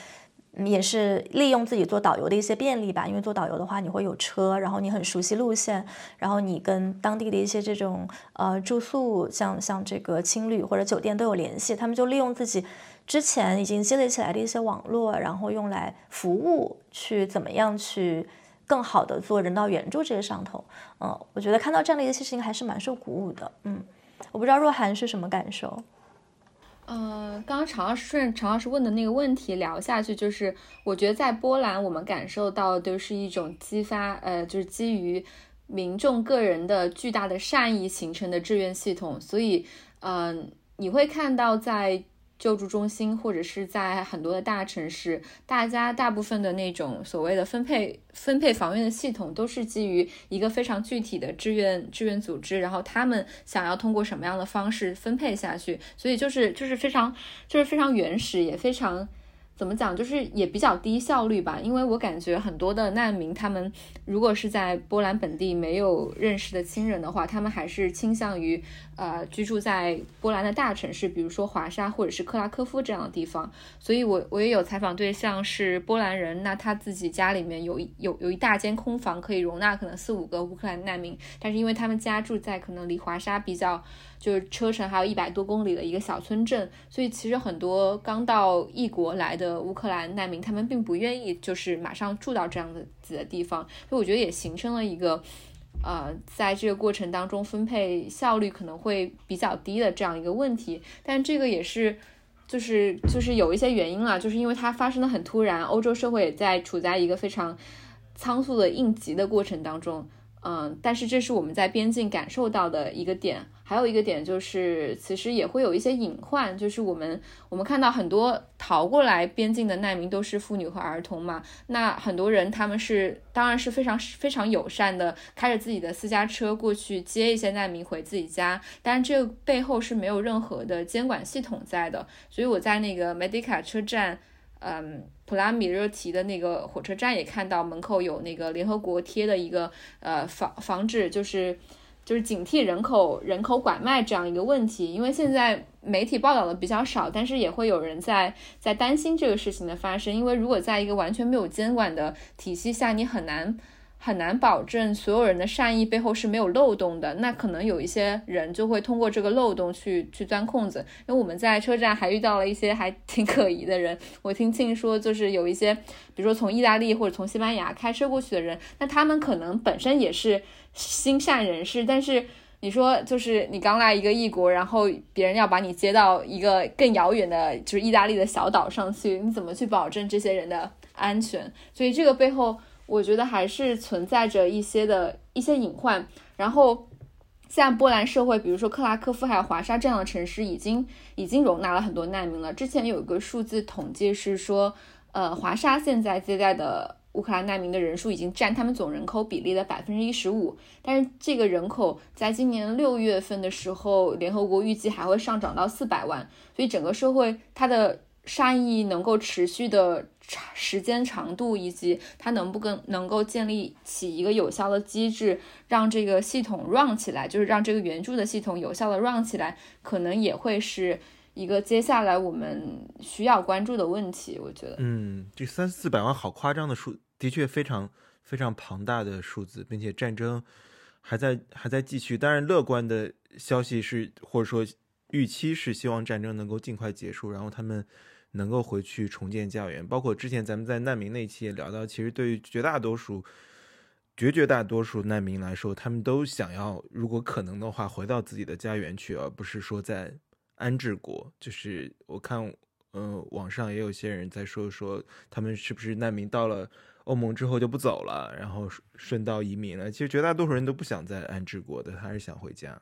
也是利用自己做导游的一些便利吧，因为做导游的话，你会有车，然后你很熟悉路线，然后你跟当地的一些这种呃住宿，像像这个青旅或者酒店都有联系，他们就利用自己之前已经积累起来的一些网络，然后用来服务，去怎么样去更好的做人道援助这些上头。嗯，我觉得看到这样的一些事情还是蛮受鼓舞的。嗯，我不知道若涵是什么感受。 呃，刚刚常老师顺常老师问的那个问题聊下去，就是我觉得在波兰我们感受到的是一种激发，呃，就是基于民众个人的巨大的善意形成的志愿系统，所以，嗯、呃，你会看到在救助中心或者是在很多的大城市，大家大部分的那种所谓的分配分配房源的系统都是基于一个非常具体的志愿志愿组织，然后他们想要通过什么样的方式分配下去，所以就是就是非常就是非常原始，也非常怎么讲，就是也比较低效率吧。因为我感觉很多的难民，他们如果是在波兰本地没有认识的亲人的话，他们还是倾向于呃居住在波兰的大城市，比如说华沙或者是克拉科夫这样的地方。所以我我也有采访对象是波兰人，那他自己家里面有有有一大间空房，可以容纳可能四五个乌克兰难民，但是因为他们家住在可能离华沙比较就是车程还有一百多公里的一个小村镇，所以其实很多刚到异国来的乌克兰难民，他们并不愿意就是马上住到这样子的地方，所以我觉得也形成了一个呃，在这个过程当中分配效率可能会比较低的这样一个问题。但这个也是就是就是有一些原因了，就是因为它发生的很突然，欧洲社会也在处在一个非常仓促的应急的过程当中。嗯，但是这是我们在边境感受到的一个点。还有一个点就是，其实也会有一些隐患，就是我们我们看到很多逃过来边境的难民都是妇女和儿童嘛，那很多人他们是当然是非常非常友善的，开着自己的私家车过去接一些难民回自己家，但是这个背后是没有任何的监管系统在的。所以我在那个 Medica 车站嗯，普拉米热提的那个火车站也看到门口有那个联合国贴的一个呃防防止就是就是警惕人口人口拐卖这样一个问题。因为现在媒体报道的比较少，但是也会有人在在担心这个事情的发生，因为如果在一个完全没有监管的体系下，你很难很难保证所有人的善意背后是没有漏洞的，那可能有一些人就会通过这个漏洞去去钻空子。因为我们在车站还遇到了一些还挺可疑的人，我听庆说就是有一些比如说从意大利或者从西班牙开车过去的人，那他们可能本身也是心善人士，但是你说就是你刚来一个异国，然后别人要把你接到一个更遥远的就是意大利的小岛上去，你怎么去保证这些人的安全？所以这个背后我觉得还是存在着一些的一些隐患。然后像波兰社会，比如说克拉科夫还有华沙这样的城市已经已经容纳了很多难民了。之前有一个数字统计是说呃，华沙现在接待的乌克兰难民的人数已经占他们总人口比例的百分之一十五，但是这个人口在今年六月份的时候，联合国预计还会上涨到四百万，所以整个社会它的善意能够持续的时间长度，以及它能不能能够建立起一个有效的机制，让这个系统 run 起来，就是让这个援助的系统有效的 run 起来，可能也会是一个接下来我们需要关注的问题。我觉得嗯，这三四百万好夸张的数，的确非常非常庞大的数字，并且战争还在还在继续。当然乐观的消息是，或者说预期是希望战争能够尽快结束，然后他们能够回去重建家园。包括之前咱们在难民那期也聊到，其实对于绝大多数绝绝大多数难民来说，他们都想要如果可能的话回到自己的家园去，而不是说在安置国。就是我看呃，网上也有些人在说说他们是不是难民到了欧盟之后就不走了，然后顺道移民了。其实绝大多数人都不想在安置国的，还是想回家。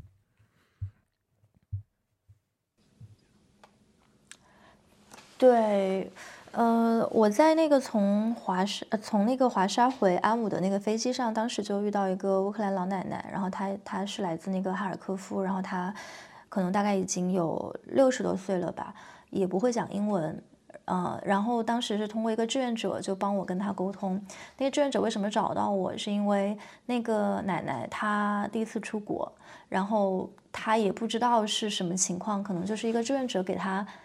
对，呃，我在那个从华沙呃从那个华沙回安武的那个飞机上，当时就遇到一个乌克兰老奶奶，然后她她是来自那个哈尔科夫，然后她可能大概已经有六十多岁了吧，也不会讲英文。呃，然后当时是通过一个志愿者就帮我跟他沟通。那个志愿者为什么找到我，是因为那个奶奶她第一次出国，然后她也不知道是什么情况，可能就是一个志愿者给她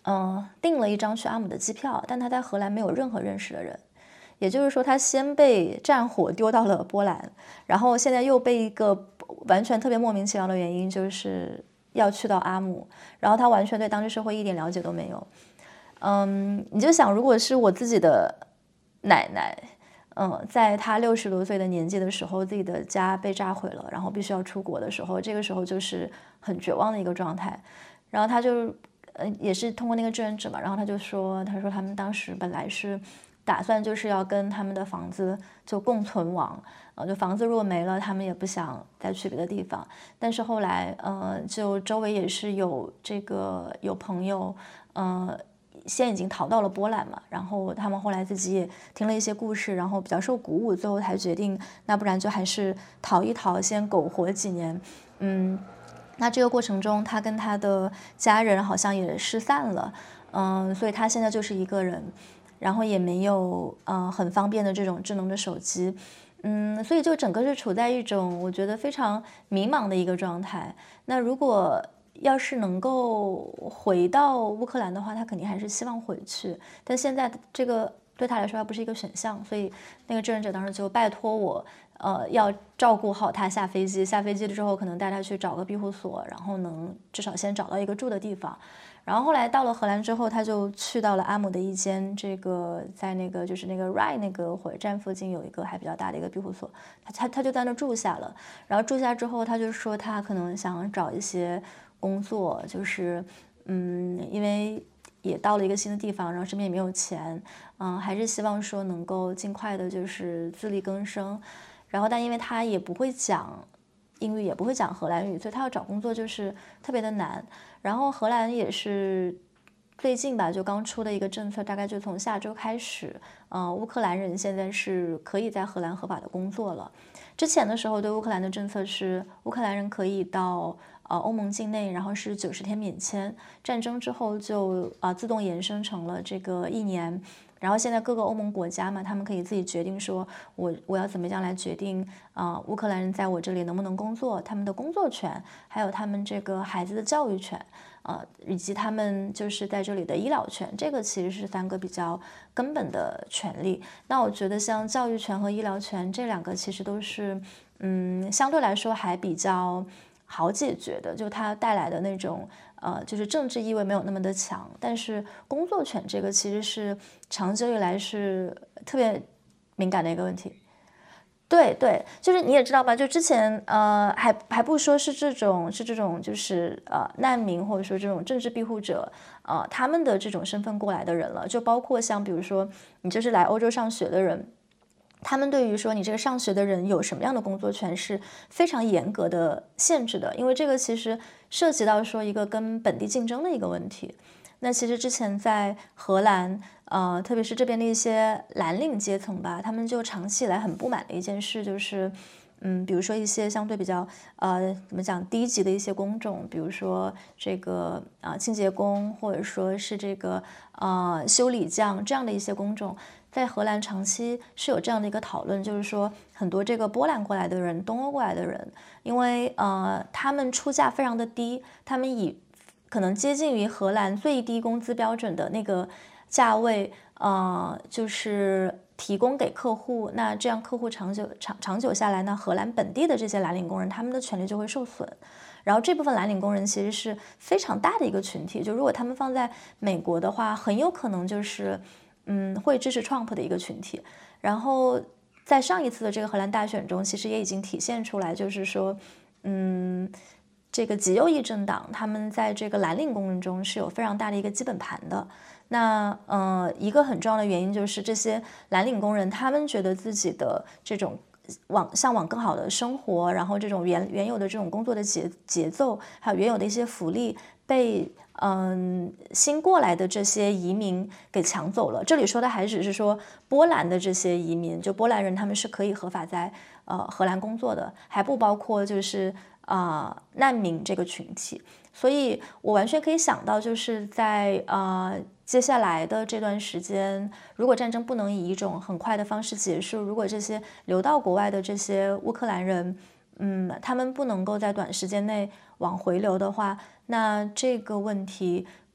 嗯，订了一张去阿姆的机票，但他在荷兰没有任何认识的人，也就是说他先被战火丢到了波兰，然后现在又被一个完全特别莫名其妙的原因就是要去到阿姆，然后他完全对当地社会一点了解都没有。嗯，你就想如果是我自己的奶奶，嗯，在她六十多岁的年纪的时候，自己的家被炸毁了，然后必须要出国的时候，这个时候就是很绝望的一个状态。然后他就呃也是通过那个志愿者嘛，然后他就说，他说他们当时本来是打算就是要跟他们的房子就共存亡，呃，就房子如果没了，他们也不想再去别的地方。但是后来，呃，就周围也是有这个有朋友，呃。先已经逃到了波兰嘛，然后他们后来自己也听了一些故事，然后比较受鼓舞，最后才决定，那不然就还是逃一逃，先苟活几年。嗯，那这个过程中，他跟他的家人好像也失散了，嗯，所以他现在就是一个人，然后也没有呃很方便的这种智能的手机，嗯，所以就整个是处在一种我觉得非常迷茫的一个状态。那如果要是能够回到乌克兰的话，他肯定还是希望回去，但现在这个对他来说还不是一个选项，所以那个志愿者当时就拜托我，呃，要照顾好他下飞机，下飞机了之后可能带他去找个庇护所，然后能至少先找到一个住的地方。然后后来到了荷兰之后，他就去到了阿姆的一间这个在那个就是那个 Rye 那个火车站附近有一个还比较大的一个庇护所，他他他就在那住下了。然后住下之后，他就说他可能想找一些工作，就是嗯，因为也到了一个新的地方，然后身边也没有钱，嗯，还是希望说能够尽快的就是自力更生。然后但因为他也不会讲英语，也不会讲荷兰语，所以他要找工作就是特别的难。然后荷兰也是最近吧，就刚出的一个政策，大概就从下周开始，呃，乌克兰人现在是可以在荷兰合法的工作了。之前的时候对乌克兰的政策是乌克兰人可以到呃欧盟境内，然后是九十天免签，战争之后就啊、呃、自动延伸成了这个一年。然后现在各个欧盟国家嘛，他们可以自己决定说，我我要怎么样来决定啊、呃、乌克兰人在我这里能不能工作，他们的工作权，还有他们这个孩子的教育权，呃，以及他们就是在这里的医疗权，这个其实是三个比较根本的权利。那我觉得像教育权和医疗权这两个其实都是，嗯，相对来说还比较好解决的，就它带来的那种呃，就是政治意味没有那么的强。但是工作权这个其实是长久以来是特别敏感的一个问题。对对，就是你也知道吧，就之前呃还还不说是这种是这种就是呃难民或者说这种政治庇护者呃他们的这种身份过来的人了，就包括像比如说你就是来欧洲上学的人。他们对于说你这个上学的人有什么样的工作权是非常严格的限制的，因为这个其实涉及到说一个跟本地竞争的一个问题。那其实之前在荷兰，呃，特别是这边的一些蓝领阶层吧，他们就长期以来很不满的一件事就是，嗯，比如说一些相对比较呃怎么讲低级的一些工种，比如说这个啊、呃、清洁工，或者说是这个呃修理匠这样的一些工种。在荷兰长期是有这样的一个讨论，就是说很多这个波兰过来的人、东欧过来的人，因为呃他们出价非常的低，他们以可能接近于荷兰最低工资标准的那个价位，呃就是提供给客户。那这样客户长久长长久下来呢，荷兰本地的这些蓝领工人他们的权利就会受损。然后这部分蓝领工人其实是非常大的一个群体，就如果他们放在美国的话，很有可能就是嗯，会支持 Trump 的一个群体。然后在上一次的这个荷兰大选中，其实也已经体现出来，就是说，嗯，这个极右翼政党他们在这个蓝领工人中是有非常大的一个基本盘的。那呃，一个很重要的原因就是这些蓝领工人他们觉得自己的这种往向往更好的生活，然后这种原原有的这种工作的节节奏，还有原有的一些福利被嗯新过来的这些移民给抢走了。这里说的还只是说波兰的这些移民，就波兰人他们是可以合法在呃荷兰工作的，还不包括就是啊、呃、难民这个群体。所以我完全可以想到，就是在呃接下来的这段时间，如果战争不能以一种很快的方式结束，如果这些流到国外的这些乌克兰人，嗯，他们不能够在短时间内往回流的话，那这个问题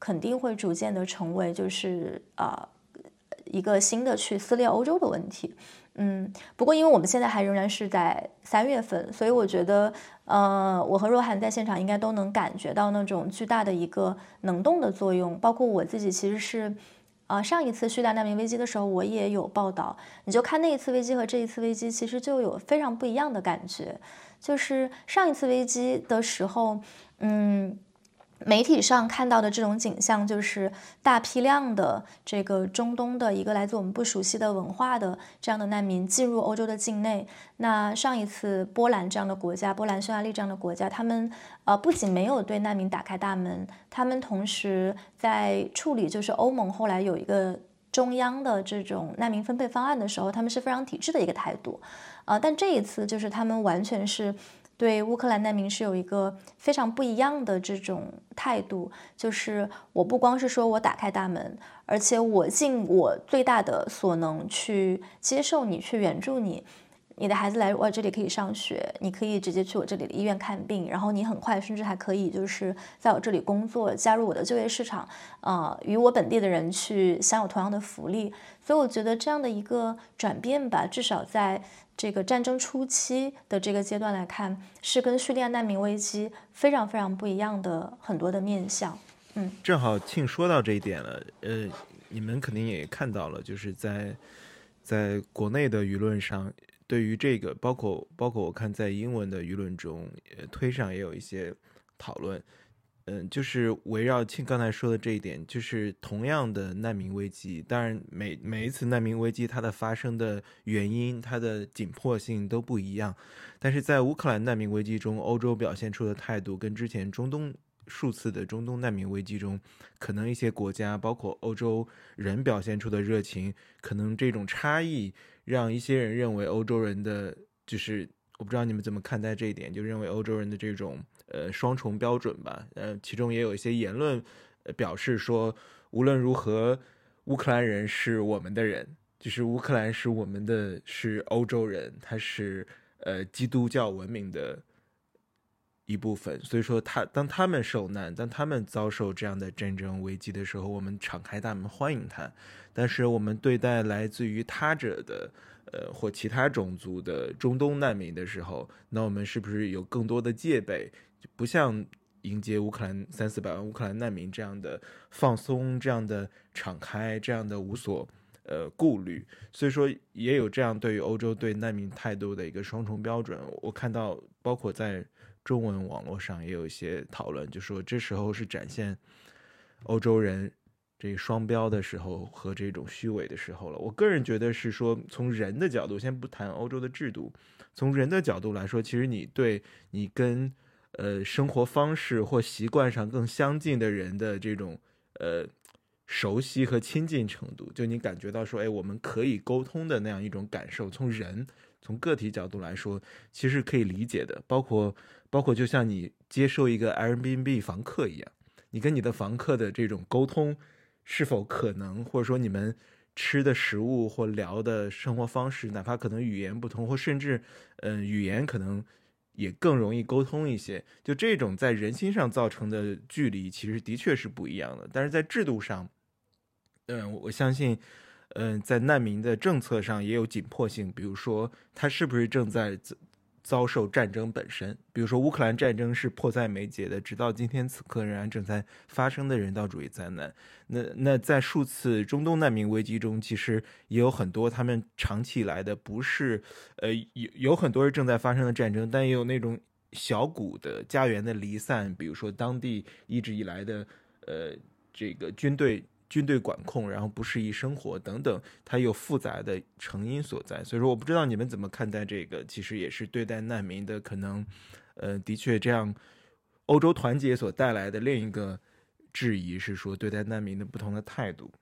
肯定会逐渐的成为就是啊、呃、一个新的去撕裂欧洲的问题。嗯，不过因为我们现在还仍然是在三月份，所以我觉得，呃，我和若涵在现场应该都能感觉到那种巨大的一个能动的作用。包括我自己其实是，呃，上一次叙利亚难民危机的时候，我也有报道。你就看那一次危机和这一次危机，其实就有非常不一样的感觉。就是上一次危机的时候，嗯。媒体上看到的这种景象，就是大批量的这个中东的一个来自我们不熟悉的文化的这样的难民进入欧洲的境内。那上一次波兰这样的国家，波兰、匈牙利这样的国家，他们呃不仅没有对难民打开大门，他们同时在处理就是欧盟后来有一个中央的这种难民分配方案的时候，他们是非常抵制的一个态度。呃，但这一次就是他们完全是对乌克兰难民是有一个非常不一样的这种态度，就是我不光是说我打开大门，而且我尽我最大的所能去接受你，去援助你。你的孩子来我这里可以上学，你可以直接去我这里的医院看病，然后你很快甚至还可以就是在我这里工作，加入我的就业市场，呃，与我本地的人去享有同样的福利。所以我觉得这样的一个转变吧，至少在这个战争初期的这个阶段来看，是跟叙利亚难民危机非常非常不一样的很多的面向。嗯， 正好庆说到这一点了，呃，你们肯定也看到了，就是在在国内的舆论上。对于这个，包括包括我看在英文的舆论中，呃，推上也有一些讨论，嗯，就是围绕庆刚才说的这一点，就是同样的难民危机，当然每每一次难民危机它的发生的原因、它的紧迫性都不一样，但是在乌克兰难民危机中，欧洲表现出的态度跟之前中东数次的中东难民危机中，可能一些国家包括欧洲人表现出的热情，可能这种差异。让一些人认为欧洲人的就是我不知道你们怎么看待这一点，就认为欧洲人的这种呃双重标准吧。呃，其中也有一些言论、呃、表示说，无论如何，乌克兰人是我们的人，就是乌克兰是我们的，是欧洲人，他是呃基督教文明的一部分。所以说他当他们受难，当他们遭受这样的战争危机的时候，我们敞开大门欢迎他。但是我们对待来自于他者的呃或其他种族的中东难民的时候，那我们是不是有更多的戒备，不像迎接乌克兰三四百万乌克兰难民这样的放松，这样的敞开，这样的无所呃顾虑。所以说也有这样对于欧洲对难民态度的一个双重标准。我看到包括在中文网络上也有一些讨论，就说这时候是展现欧洲人这双标的时候和这种虚伪的时候了。我个人觉得是说，从人的角度，先不谈欧洲的制度，从人的角度来说，其实你对你跟呃生活方式或习惯上更相近的人的这种呃熟悉和亲近程度，就你感觉到说，哎，我们可以沟通的那样一种感受，从人从个体角度来说，其实可以理解的。包括包括就像你接受一个 Airbnb 房客一样，你跟你的房客的这种沟通是否可能，或者说你们吃的食物或聊的生活方式，哪怕可能语言不同，或甚至嗯、呃、语言可能也更容易沟通一些，就这种在人心上造成的距离其实的确是不一样的。但是在制度上，嗯，我相信嗯、呃，在难民的政策上也有紧迫性，比如说他是不是正在遭受战争本身，比如说乌克兰战争是迫在眉睫的，直到今天此刻仍然正在发生的人道主义灾难。那那在数次中东难民危机中，其实也有很多他们长期以来的不是呃有有很多是正在发生的战争，但也有那种小股的家园的离散，比如说当地一直以来的呃这个军队军队管控，然后不适宜生活等等，它有复杂的成因所在。所以说我不知道你们怎么看待这个，其实也是对待难民的可能呃的确这样欧洲团结所带来的另一个质疑是说对待难民的不同的态度。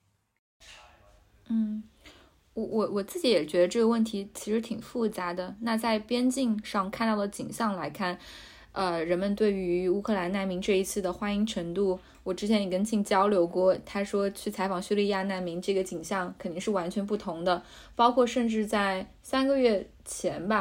嗯，我我我自己也觉得这个问题其实挺复杂的。那在边境上看到的景象来看，呃，人们对于乌克兰难民这一次的欢迎程度，我之前也跟庆交流过，他说去采访叙利亚难民，这个景象肯定是完全不同的。包括甚至在三个月前吧，就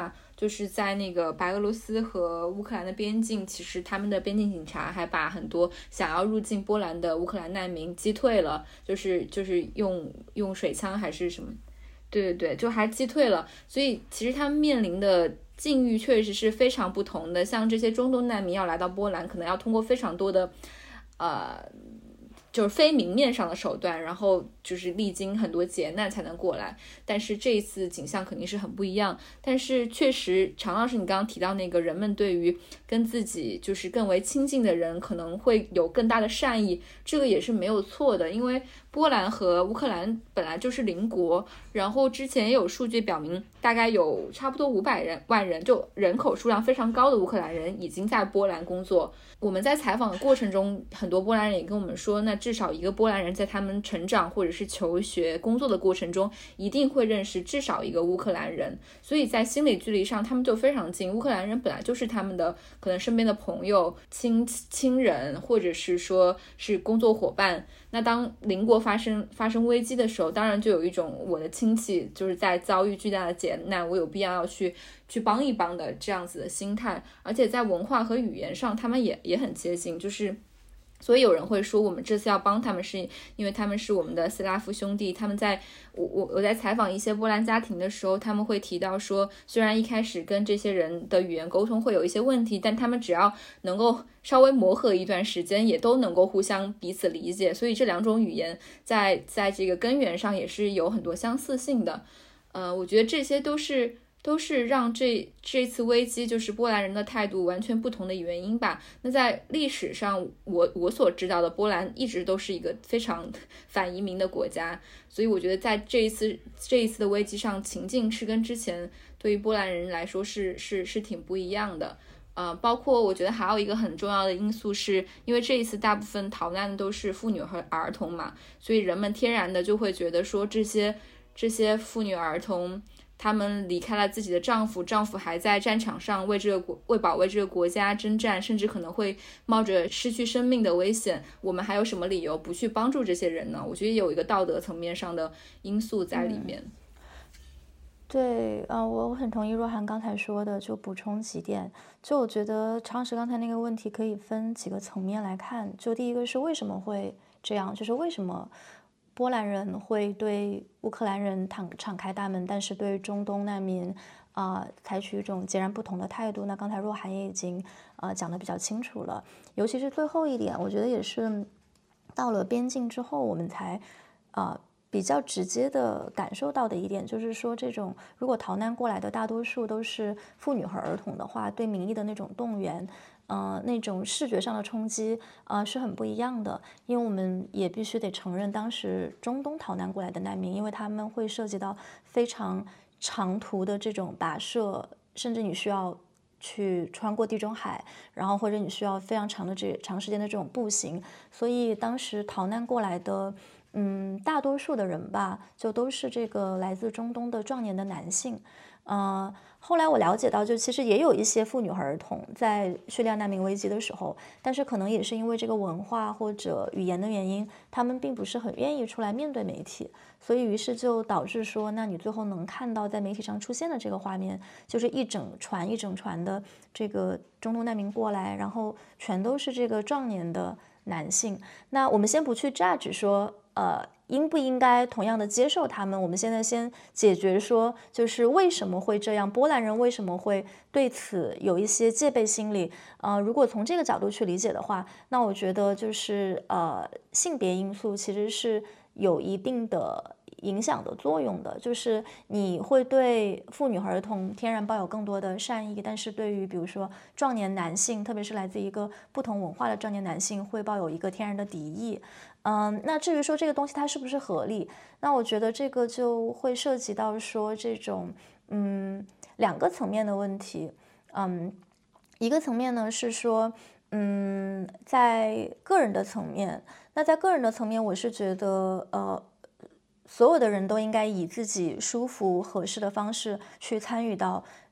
就是在那个白俄罗斯和乌克兰的边境，其实他们的边境警察还把很多想要入境波兰的乌克兰难民击退了，就是就是用用水枪还是什么，对对对，就还击退了。所以其实他们面临的境遇确实是非常不同的。像这些中东难民要来到波兰，可能要通过非常多的呃。就是非明面上的手段，然后就是历经很多劫难才能过来，但是这一次景象肯定是很不一样。但是确实常老师你刚刚提到那个人们对于跟自己就是更为亲近的人可能会有更大的善意，这个也是没有错的。因为波兰和乌克兰本来就是邻国，然后之前也有数据表明大概有差不多五百人万人，就人口数量非常高的乌克兰人已经在波兰工作。我们在采访的过程中，很多波兰人也跟我们说，那至少一个波兰人在他们成长或者是求学工作的过程中一定会认识至少一个乌克兰人，所以在心理距离上他们就非常近。乌克兰人本来就是他们的可能身边的朋友、亲亲人，或者是说是工作伙伴。那当邻国发生发生危机的时候，当然就有一种我的亲戚就是在遭遇巨大的劫难，我有必要要去去帮一帮的这样子的心态。而且在文化和语言上他们也也很接近，就是所以有人会说我们这次要帮他们是因为他们是我们的斯拉夫兄弟。他们在我我我在采访一些波兰家庭的时候，他们会提到说，虽然一开始跟这些人的语言沟通会有一些问题，但他们只要能够稍微磨合一段时间，也都能够互相彼此理解。所以这两种语言在在这个根源上也是有很多相似性的。呃，我觉得这些都是都是让这这次危机就是波兰人的态度完全不同的原因吧。那在历史上我我所知道的，波兰一直都是一个非常反移民的国家，所以我觉得在这一次这一次的危机上，情境是跟之前对于波兰人来说是是是挺不一样的。呃，包括我觉得还有一个很重要的因素是，因为这一次大部分逃难的都是妇女和儿童嘛，所以人们天然的就会觉得说这些这些妇女儿童他们离开了自己的丈夫，丈夫还在战场上为这个国为保卫这个国家征战，甚至可能会冒着失去生命的危险，我们还有什么理由不去帮助这些人呢？我觉得有一个道德层面上的因素在里面。 嗯对，呃，我很同意若涵刚才说的，就补充几点。就我觉得常老师刚才那个问题可以分几个层面来看。就第一个是为什么会这样，就是为什么波兰人会对乌克兰人敞敞开大门，但是对中东难民啊、呃、采取一种截然不同的态度。那刚才若涵也已经呃讲得比较清楚了，尤其是最后一点，我觉得也是到了边境之后，我们才呃。比较直接的感受到的一点就是说，这种如果逃难过来的大多数都是妇女和儿童的话，对民意的那种动员，呃，那种视觉上的冲击，呃，是很不一样的。因为我们也必须得承认，当时中东逃难过来的难民，因为他们会涉及到非常长途的这种跋涉，甚至你需要去穿过地中海，然后或者你需要非常长的这长时间的这种步行，所以当时逃难过来的。嗯，大多数的人吧，就都是这个来自中东的壮年的男性。呃，后来我了解到，就其实也有一些妇女和儿童在叙利亚难民危机的时候，但是可能也是因为这个文化或者语言的原因，他们并不是很愿意出来面对媒体，所以于是就导致说，那你最后能看到在媒体上出现的这个画面，就是一整船一整船的这个中东难民过来，然后全都是这个壮年的男性。那我们先不去 judge 说。呃，应不应该同样的接受他们？我们现在先解决说，就是为什么会这样？波兰人为什么会对此有一些戒备心理？呃，如果从这个角度去理解的话，那我觉得就是呃，性别因素其实是有一定的影响的作用的，就是你会对妇女和儿童天然抱有更多的善意，但是对于比如说壮年男性，特别是来自一个不同文化的壮年男性，会抱有一个天然的敌意。嗯，那至于说这个东西它是不是合理，那我觉得这个就会涉及到说这种嗯两个层面的问题。嗯，一个层面呢是说嗯在个人的层面，那在个人的层面，我是觉得呃所有的人都应该以自己舒服合适的方式去参与到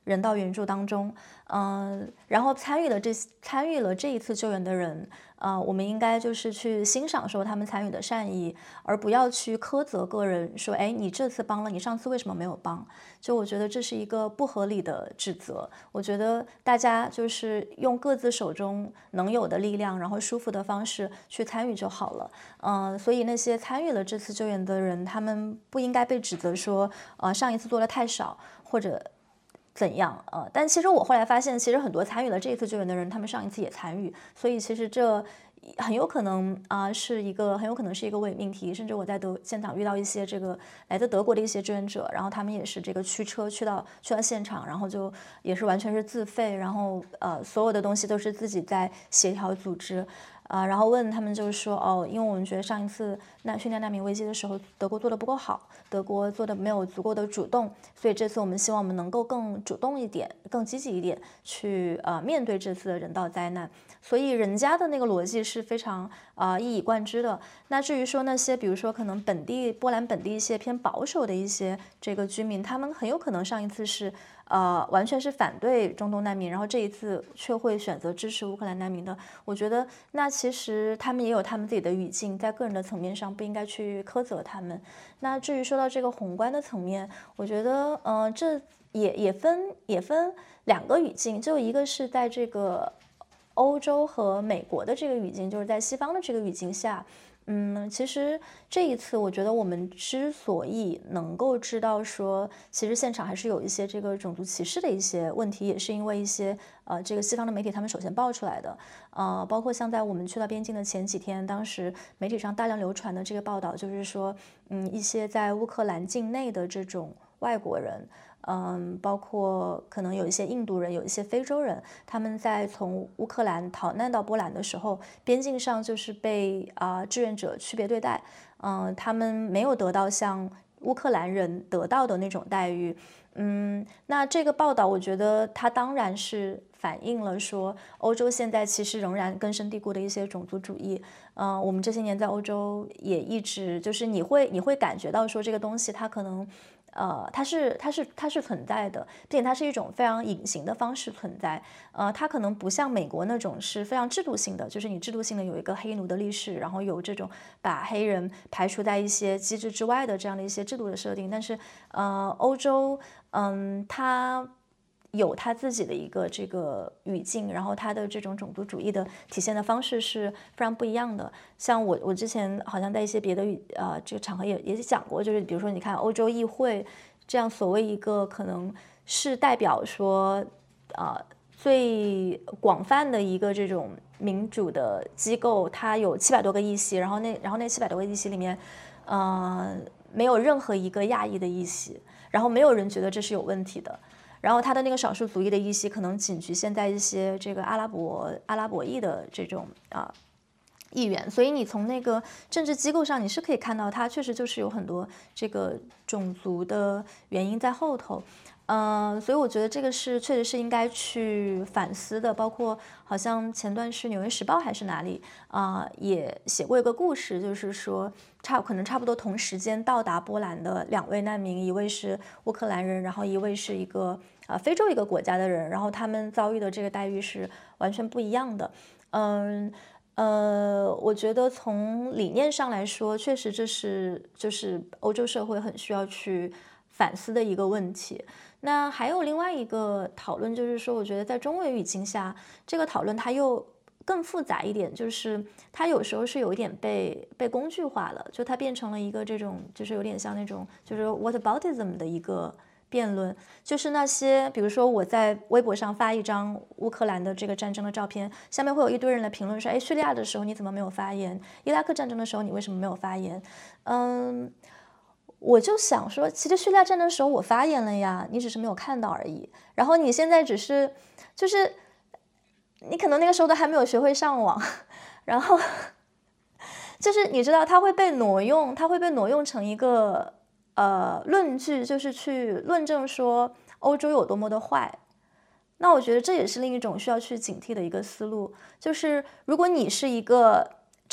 人道援助当中，嗯，然后参与了这参与了这一次救援的人，呃，我们应该就是去欣赏说他们参与的善意，而不要去苛责个人说，哎，你这次帮了，你上次为什么没有帮？就我觉得这是一个不合理的指责。我觉得大家就是用各自手中能有的力量，然后舒服的方式去参与就好了。嗯、呃，所以那些参与了这次救援的人，他们不应该被指责说，呃，上一次做的太少，或者怎样，呃，但其实我后来发现，其实很多参与了这一次救援的人，他们上一次也参与，所以其实这很有可能啊、呃、是一个很有可能是一个伪命题，甚至我在德现场遇到一些这个来自德国的一些志愿者，然后他们也是这个驱车去到去到现场，然后就也是完全是自费，然后呃所有的东西都是自己在协调组织。啊，然后问他们就是说，哦，因为我们觉得上一次难训练难民危机的时候，德国做的不够好，德国做的没有足够的主动，所以这次我们希望我们能够更主动一点，更积极一点，去呃面对这次的人道灾难。所以人家的那个逻辑是非常啊、呃、一以贯之的。那至于说那些比如说可能本地波兰本地一些偏保守的一些这个居民，他们很有可能上一次是呃完全是反对中东难民，然后这一次却会选择支持乌克兰难民的。我觉得那其实他们也有他们自己的语境，在个人的层面上不应该去苛责他们。那至于说到这个宏观的层面，我觉得呃这也也分也分两个语境，就一个是在这个欧洲和美国的这个语境，就是在西方的这个语境下，嗯，其实这一次我觉得我们之所以能够知道说，其实现场还是有一些这个种族歧视的一些问题，也是因为一些呃这个西方的媒体他们首先爆出来的，呃，包括像在我们去到边境的前几天，当时媒体上大量流传的这个报道，就是说，嗯，一些在乌克兰境内的这种外国人。嗯，包括可能有一些印度人，有一些非洲人，他们在从乌克兰逃难到波兰的时候，边境上就是被啊、呃、志愿者区别对待，嗯、呃，他们没有得到像乌克兰人得到的那种待遇，嗯，那这个报道我觉得它当然是反映了说，欧洲现在其实仍然根深蒂固的一些种族主义，嗯、呃，我们这些年在欧洲也一直就是你会你会感觉到说这个东西它可能。呃，它是它是它是存在的，并且它是一种非常隐形的方式存在。呃，它可能不像美国那种是非常制度性的，就是你制度性的有一个黑奴的历史，然后有这种把黑人排除在一些机制之外的这样的一些制度的设定。但是，呃，欧洲，嗯，它有它自己的一个这个语境，然后它的这种种族主义的体现的方式是非常不一样的。像我我之前好像在一些别的呃这个场合也也讲过，就是比如说你看欧洲议会这样所谓一个可能是代表说呃最广泛的一个这种民主的机构，它有七百多个议席，然后那然后那七百多个议席里面，呃没有任何一个亚裔的议席，然后没有人觉得这是有问题的。然后他的那个少数族裔的议席可能仅局限在一些这个阿拉伯阿拉伯裔的这种啊、呃、议员，所以你从那个政治机构上你是可以看到，它确实就是有很多这个种族的原因在后头。嗯、呃，所以我觉得这个是确实是应该去反思的，包括好像前段是《纽约时报》还是哪里啊、呃，也写过一个故事，就是说差可能差不多同时间到达波兰的两位难民，一位是乌克兰人，然后一位是一个啊、呃、非洲一个国家的人，然后他们遭遇的这个待遇是完全不一样的。嗯。呃，我觉得从理念上来说，确实这是就是欧洲社会很需要去反思的一个问题。那还有另外一个讨论，就是说，我觉得在中文语境下，这个讨论它又更复杂一点，就是它有时候是有一点被被工具化了，就它变成了一个这种，就是有点像那种就是 whataboutism 的一个辩论，就是那些比如说我在微博上发一张乌克兰的这个战争的照片，下面会有一堆人来评论说，哎，叙利亚的时候你怎么没有发言？伊拉克战争的时候你为什么没有发言？嗯。我就想说，其实叙利亚战争的时候我发言了呀，你只是没有看到而已。然后你现在只是，就是你可能那个时候都还没有学会上网，然后就是你知道，它会被挪用，它会被挪用成一个呃论据，就是去论证说欧洲有多么的坏。那我觉得这也是另一种需要去警惕的一个思路，就是如果你是一个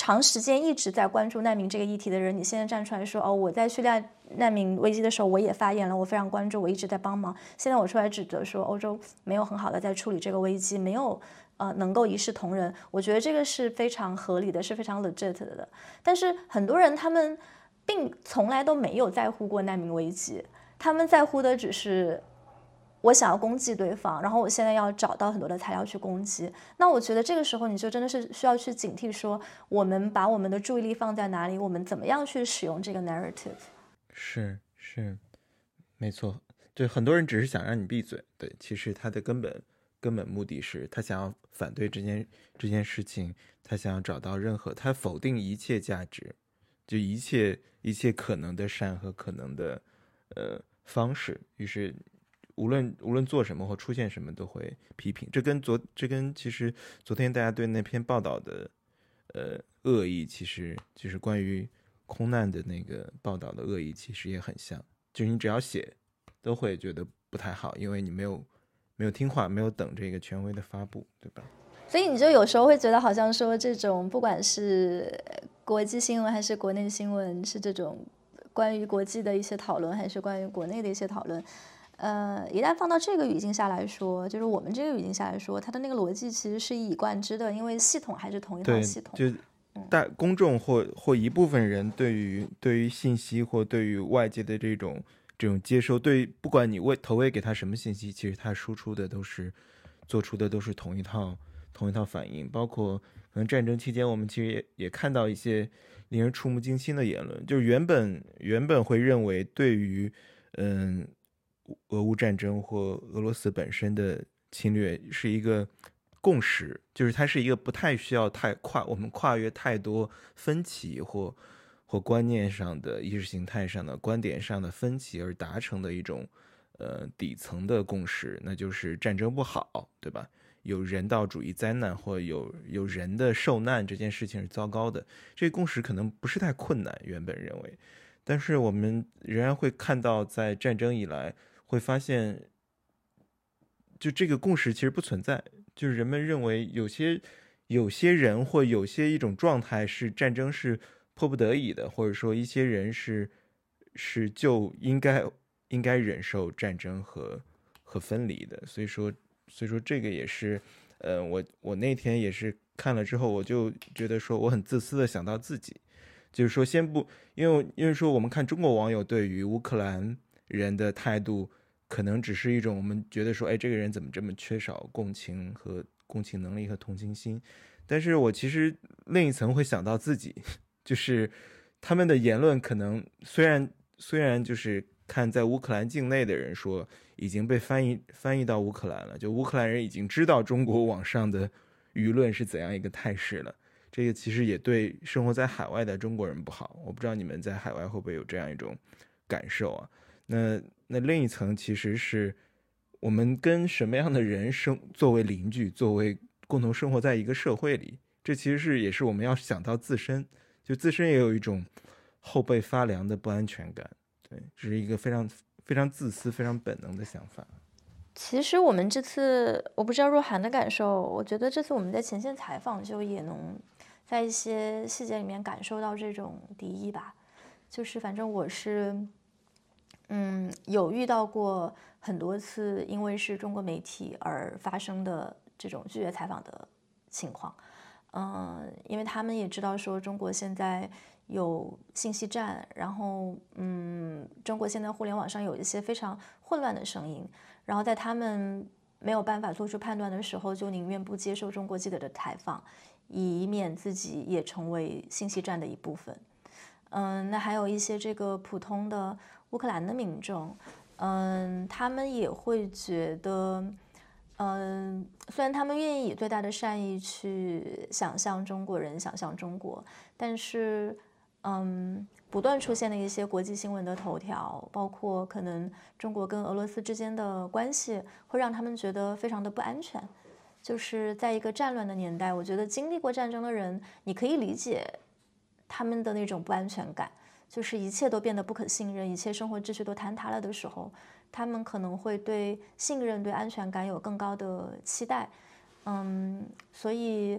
长时间一直在关注难民这个议题的人，你现在站出来说，哦，我在叙利亚难民危机的时候我也发言了，我非常关注，我一直在帮忙。现在我出来指责说欧洲没有很好的在处理这个危机，没有呃能够一视同仁，我觉得这个是非常合理的，是非常 legit 的。但是很多人他们并从来都没有在乎过难民危机，他们在乎的只是我想要攻击对方，然后我现在要找到很多的材料去攻击。那我觉得这个时候你就真的是需要去警惕说，我们把我们的注意力放在哪里，我们怎么样去使用这个 narrative。 是是没错，就很多人只是想让你闭嘴，对，其实他的根本根本目的是他想要反对这件这件事情，他想要找到任何，他否定一切价值，就一切一切可能的善和可能的呃方式，于是无论无论做什么或出现什么都会批评。这跟昨这跟其实昨天大家对那篇报道的呃恶意，其实就是关于空难的那个报道的恶意，其实也很像。就是你只要写，都会觉得不太好，因为你没有没有听话，没有等这个权威的发布，对吧？ 所以你就有时候会觉得好像说这种不管是国际新闻还是国内新闻，是这种关于国际的一些讨论还是关于国内的一些讨论，呃，一旦放到这个语境下来说，就是我们这个语境下来说，它的那个逻辑其实是一以贯之的，因为系统还是同一套系统。 对，就大公众或或一部分人对于对于信息或对于外界的这种这种接收，对于不管你喂投喂给他什么信息，其实他输出的都是做出的都是同一套同一套反应。包括可能战争期间，我们其实也也看到一些令人触目惊心的言论，就是原本原本会认为对于嗯俄乌战争或俄罗斯本身的侵略是一个共识，就是它是一个不太需要太跨我们跨越太多分歧或或观念上的意识形态上的观点上的分歧而达成的一种呃底层的共识，那就是战争不好，对吧？有人道主义灾难或有有人的受难这件事情是糟糕的，这个共识可能不是太困难，原本认为，但是我们仍然会看到，在战争以来会发现，就这个共识其实不存在，就是人们认为有些有些人或有些一种状态是战争是迫不得已的，或者说一些人是是就应该应该忍受战争和和分离的，所以说所以说这个也是，呃，我我那天也是看了之后，我就觉得说我很自私的想到自己，就是说先不，因为因为说我们看中国网友对于乌克兰人的态度，可能只是一种我们觉得说，哎，这个人怎么这么缺少共情和共情能力和同情心，但是我其实另一层会想到自己，就是他们的言论可能虽然虽然就是看在乌克兰境内的人说已经被翻译翻译到乌克兰了，就乌克兰人已经知道中国网上的舆论是怎样一个态势了，这个其实也对生活在海外的中国人不好，我不知道你们在海外会不会有这样一种感受啊？那那另一层其实是我们跟什么样的人生作为邻居，作为共同生活在一个社会里，这其实是也是我们要想到自身，就自身也有一种后背发凉的不安全感。对，这是一个非常非常自私、非常本能的想法。 其实我们这次，我不知道若涵的感受，我觉得这次我们在前线采访，就也能在一些细节里面感受到这种敌意吧。就是反正我是，嗯，有遇到过很多次因为是中国媒体而发生的这种拒绝采访的情况。嗯，因为他们也知道说中国现在有信息战，然后嗯，中国现在互联网上有一些非常混乱的声音，然后在他们没有办法做出判断的时候，就宁愿不接受中国记者的采访，以免自己也成为信息战的一部分。嗯，那还有一些这个普通的乌克兰的民众，嗯，他们也会觉得。嗯，虽然他们愿意以最大的善意去想象中国人，想象中国，但是，嗯，不断出现的一些国际新闻的头条，包括可能中国跟俄罗斯之间的关系，会让他们觉得非常的不安全。就是在一个战乱的年代，我觉得经历过战争的人，你可以理解他们的那种不安全感，就是一切都变得不可信任，一切生活秩序都坍塌了的时候。他们可能会对信任、对安全感有更高的期待，嗯，所以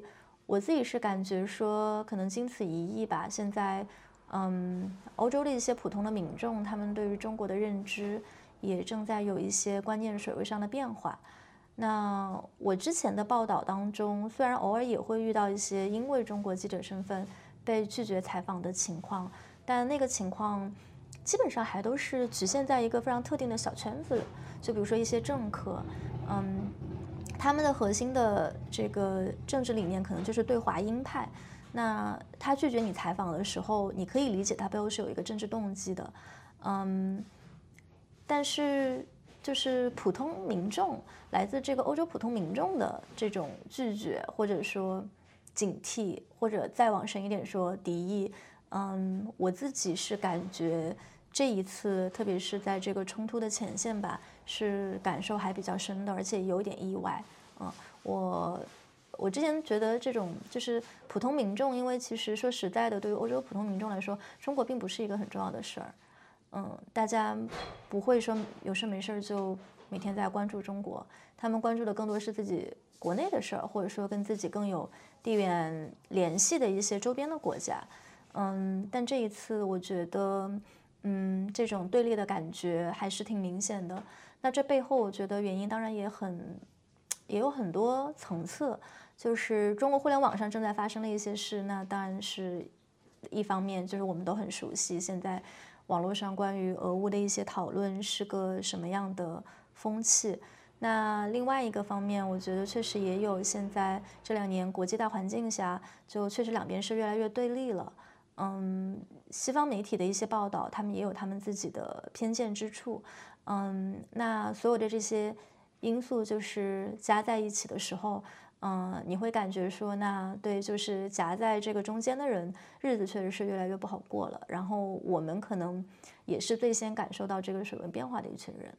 我自己是感觉说，可能经此一役吧，现在，嗯，欧洲的一些普通的民众，他们对于中国的认知也正在有一些观念水位上的变化。那我之前的报道当中，虽然偶尔也会遇到一些因为中国记者身份被拒绝采访的情况，但那个情况基本上还都是局限在一个非常特定的小圈子，就比如说一些政客，嗯，他们的核心的这个政治理念可能就是对华鹰派。那他拒绝你采访的时候，你可以理解他背后是有一个政治动机的，嗯，但是就是普通民众，来自这个欧洲普通民众的这种拒绝，或者说警惕，或者再往深一点说敌意，嗯，我自己是感觉这一次，特别是在这个冲突的前线吧，是感受还比较深的，而且有点意外。嗯，我我之前觉得这种就是普通民众，因为其实说实在的，对于欧洲普通民众来说，中国并不是一个很重要的事儿。嗯，大家不会说有事没事就每天在关注中国，他们关注的更多是自己国内的事儿，或者说跟自己更有地缘联系的一些周边的国家。嗯，但这一次我觉得，嗯，这种对立的感觉还是挺明显的。那这背后，我觉得原因当然也很，也有很多层次。就是中国互联网上正在发生的一些事，那当然是一方面，就是我们都很熟悉，现在网络上关于俄乌的一些讨论是个什么样的风气。那另外一个方面，我觉得确实也有现在这两年国际大环境下，就确实两边是越来越对立了。嗯，西方媒体的一些报道，他们也有他们自己的偏见之处。嗯，那所有的这些因素就是加在一起的时候，嗯，你会感觉说，那对，就是夹在这个中间的人，日子确实是越来越不好过了。然后我们可能也是最先感受到这个水温变化的一群人。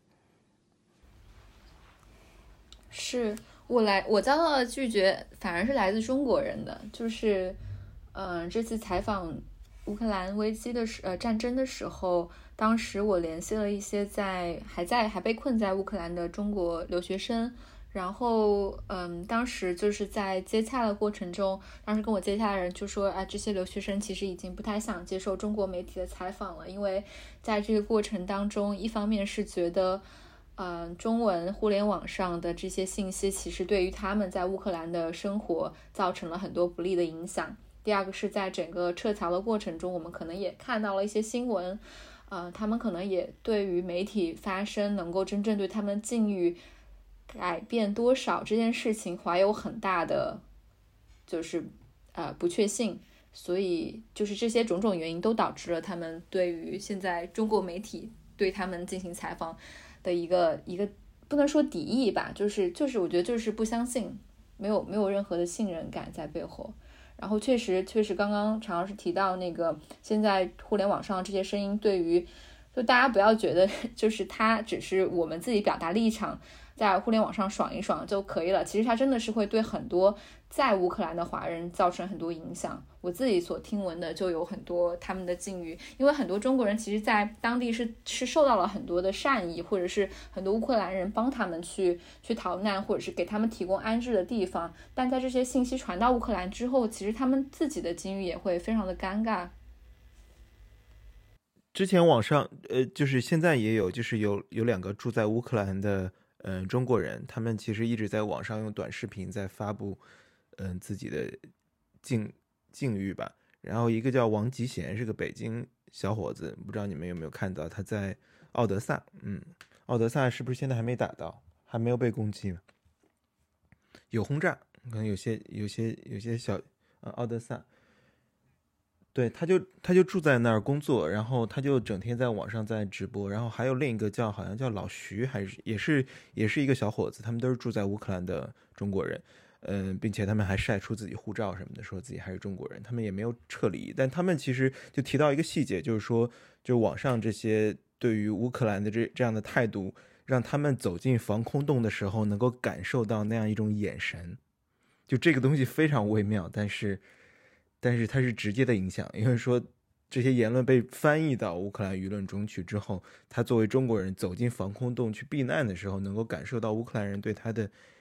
是我来，我遭到的拒绝反而是来自中国人的，就是，嗯、呃，这次采访乌克兰危机的时，呃，战争的时候，当时我联系了一些在还在还被困在乌克兰的中国留学生。然后，嗯，当时就是在接洽的过程中，当时跟我接洽的人就说，啊，这些留学生其实已经不太想接受中国媒体的采访了，因为在这个过程当中，一方面是觉得，嗯，中文互联网上的这些信息其实对于他们在乌克兰的生活造成了很多不利的影响。第二个是在整个撤侨的过程中，我们可能也看到了一些新闻，呃，他们可能也对于媒体发声能够真正对他们境遇改变多少这件事情怀有很大的就是呃不确信，所以就是这些种种原因都导致了他们对于现在中国媒体对他们进行采访的一个一个不能说敌意吧，就是就是我觉得就是不相信，没有没有任何的信任感在背后。然后确实确实刚刚常老师提到那个现在互联网上这些声音，对于就大家不要觉得就是它只是我们自己表达立场在互联网上爽一爽就可以了，其实它真的是会对很多在乌克兰的华人造成很多影响。我自己所听闻的就有很多他们的境遇，因为很多中国人其实在当地是是受到了很多的善意，或者是很多乌克兰人帮他们去去逃难，或者是给他们提供安置的地方，但在这些信息传到乌克兰之后，其实他们自己的境遇也会非常的尴尬。 之前网上呃，就是现在也有，就是有有两个住在乌克兰的嗯、呃、中国人，他们其实一直在网上用短视频在发布嗯、呃、自己的境境遇吧。然后一个叫王吉贤，是个北京小伙子，不知道你们有没有看到他在奥德萨，嗯，奥德萨是不是现在还没打到，还没有被攻击？有轰炸，可能有些有些有些小呃奥德萨。对，他就他就住在那儿工作，然后他就整天在网上在直播，然后还有另一个叫好像叫老徐，还是也是也是一个小伙子，他们都是住在乌克兰的中国人，嗯、呃，并且他们还晒出自己护照什么的，说自己还是中国人，他们也没有撤离，但他们其实就提到一个细节，就是说，就网上这些对于乌克兰的这这样的态度，让他们走进防空洞的时候能够感受到那样一种眼神，就这个东西非常微妙，但是。但是它是直接的影响，因为说这些言论被翻译到乌克兰舆论中去之后，他作为中国人走进防空洞去避难的时候，能够感受到乌克兰人对他的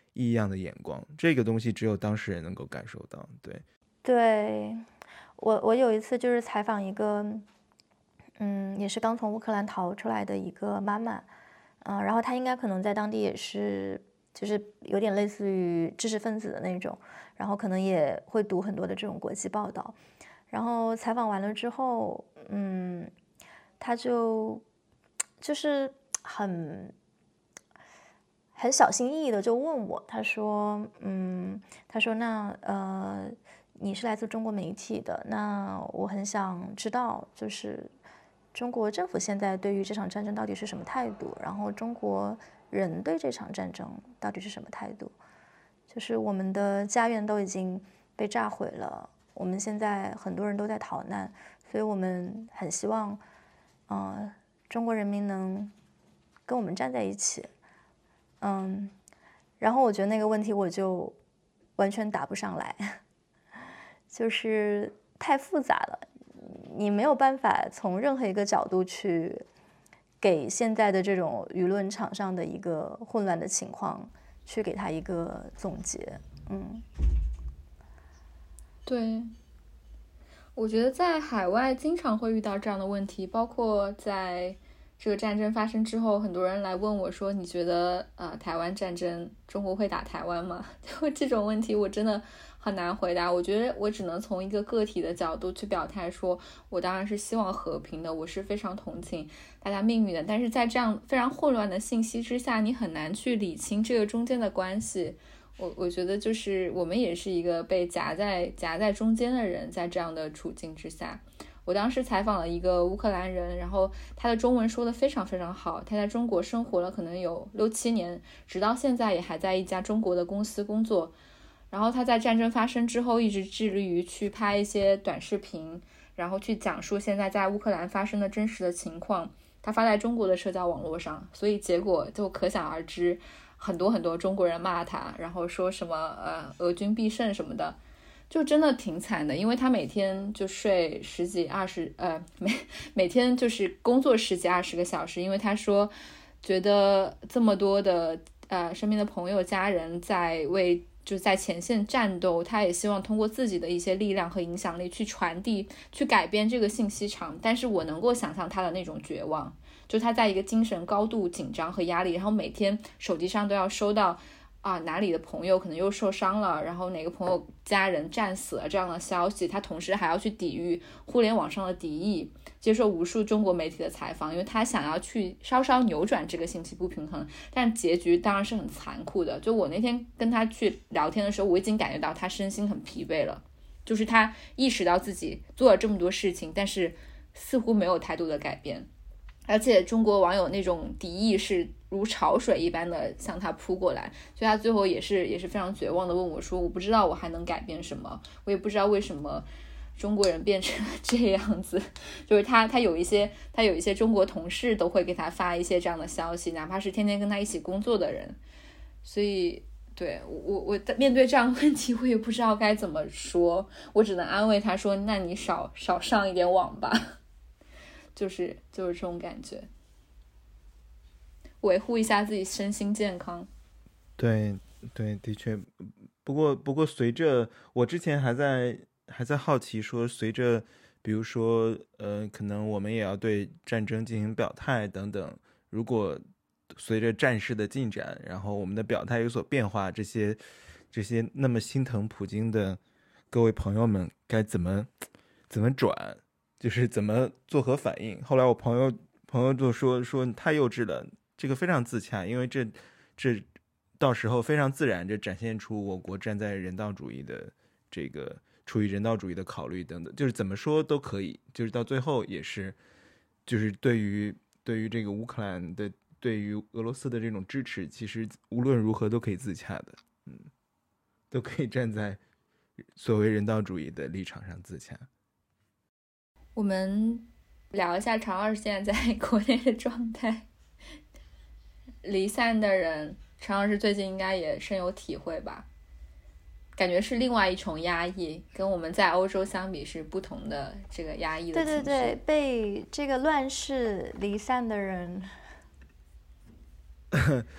异样的眼光，这个东西只有当事人能够感受到。对， 对，我我有一次就是采访一个，嗯，也是刚从乌克兰逃出来的一个妈妈，嗯、呃，然后她应该可能在当地也是，就是有点类似于知识分子的那种，然后可能也会读很多的这种国际报道，然后采访完了之后，嗯，她就就是很。很小心翼翼的就问我，他说，嗯，他说那呃，你是来自中国媒体的，那我很想知道，就是中国政府现在对于这场战争到底是什么态度，然后中国人对这场战争到底是什么态度？就是我们的家园都已经被炸毁了，我们现在很多人都在逃难，所以我们很希望，呃，中国人民能跟我们站在一起。嗯，然后我觉得那个问题我就完全答不上来，就是太复杂了，你没有办法从任何一个角度去给现在的这种舆论场上的一个混乱的情况去给他一个总结。嗯， 对，我觉得在海外经常会遇到这样的问题，包括在这个战争发生之后，很多人来问我说，你觉得呃台湾战争中国会打台湾吗？就这种问题我真的很难回答。我觉得我只能从一个个体的角度去表态，说我当然是希望和平的，我是非常同情大家命运的，但是在这样非常混乱的信息之下，你很难去理清这个中间的关系。我我觉得就是我们也是一个被夹在夹在中间的人，在这样的处境之下。我当时采访了一个乌克兰人，然后他的中文说得非常非常好，他在中国生活了可能有六七年，直到现在也还在一家中国的公司工作。然后他在战争发生之后一直致力于去拍一些短视频，然后去讲述现在在乌克兰发生的真实的情况，他发在中国的社交网络上，所以结果就可想而知，很多很多中国人骂他，然后说什么呃俄军必胜什么的，就真的挺惨的。因为他每天就睡十几二十呃每每天就是工作十几二十个小时，因为他说觉得这么多的呃身边的朋友家人在为就是在前线战斗，他也希望通过自己的一些力量和影响力去传递去改变这个信息场。但是我能够想象他的那种绝望，就他在一个精神高度紧张和压力，然后每天手机上都要收到啊哪里的朋友可能又受伤了，然后哪个朋友家人战死了这样的消息，他同时还要去抵御互联网上的敌意，接受无数中国媒体的采访，因为他想要去稍稍扭转这个信息不平衡，但结局当然是很残酷的。就我那天跟他去聊天的时候，我已经感觉到他身心很疲惫了，就是他意识到自己做了这么多事情，但是似乎没有态度的改变，而且中国网友那种敌意是如潮水一般的向他扑过来，所以他最后也是也是非常绝望的问我说，我不知道我还能改变什么，我也不知道为什么中国人变成了这样子。就是他他有一些他有一些中国同事都会给他发一些这样的消息，哪怕是天天跟他一起工作的人。所以对我我面对这样的问题，我也不知道该怎么说，我只能安慰他说，那你少少上一点网吧。就是就是这种感觉，维护一下自己身心健康。 对对，的确。不过不过随着我之前还在还在好奇说，随着比如说呃可能我们也要对战争进行表态等等，如果随着战事的进展，然后我们的表态有所变化，这些这些那么心疼普京的各位朋友们该怎么怎么转，就是怎么作何反应。后来我朋友朋友就说说你太幼稚了，这个非常自洽，因为这这到时候非常自然，这展现出我国站在人道主义的这个出于人道主义的考虑等等，就是怎么说都可以，就是到最后也是就是对于对于这个乌克兰的对于俄罗斯的这种支持，其实无论如何都可以自洽的，嗯，都可以站在所谓人道主义的立场上自洽。 我们聊一下常二现在在国内的状态。离散的人，常二是最近应该也深有体会吧？感觉是另外一重压抑，跟我们在欧洲相比是不同的这个压抑的情绪。 对对对，被这个乱世离散的人，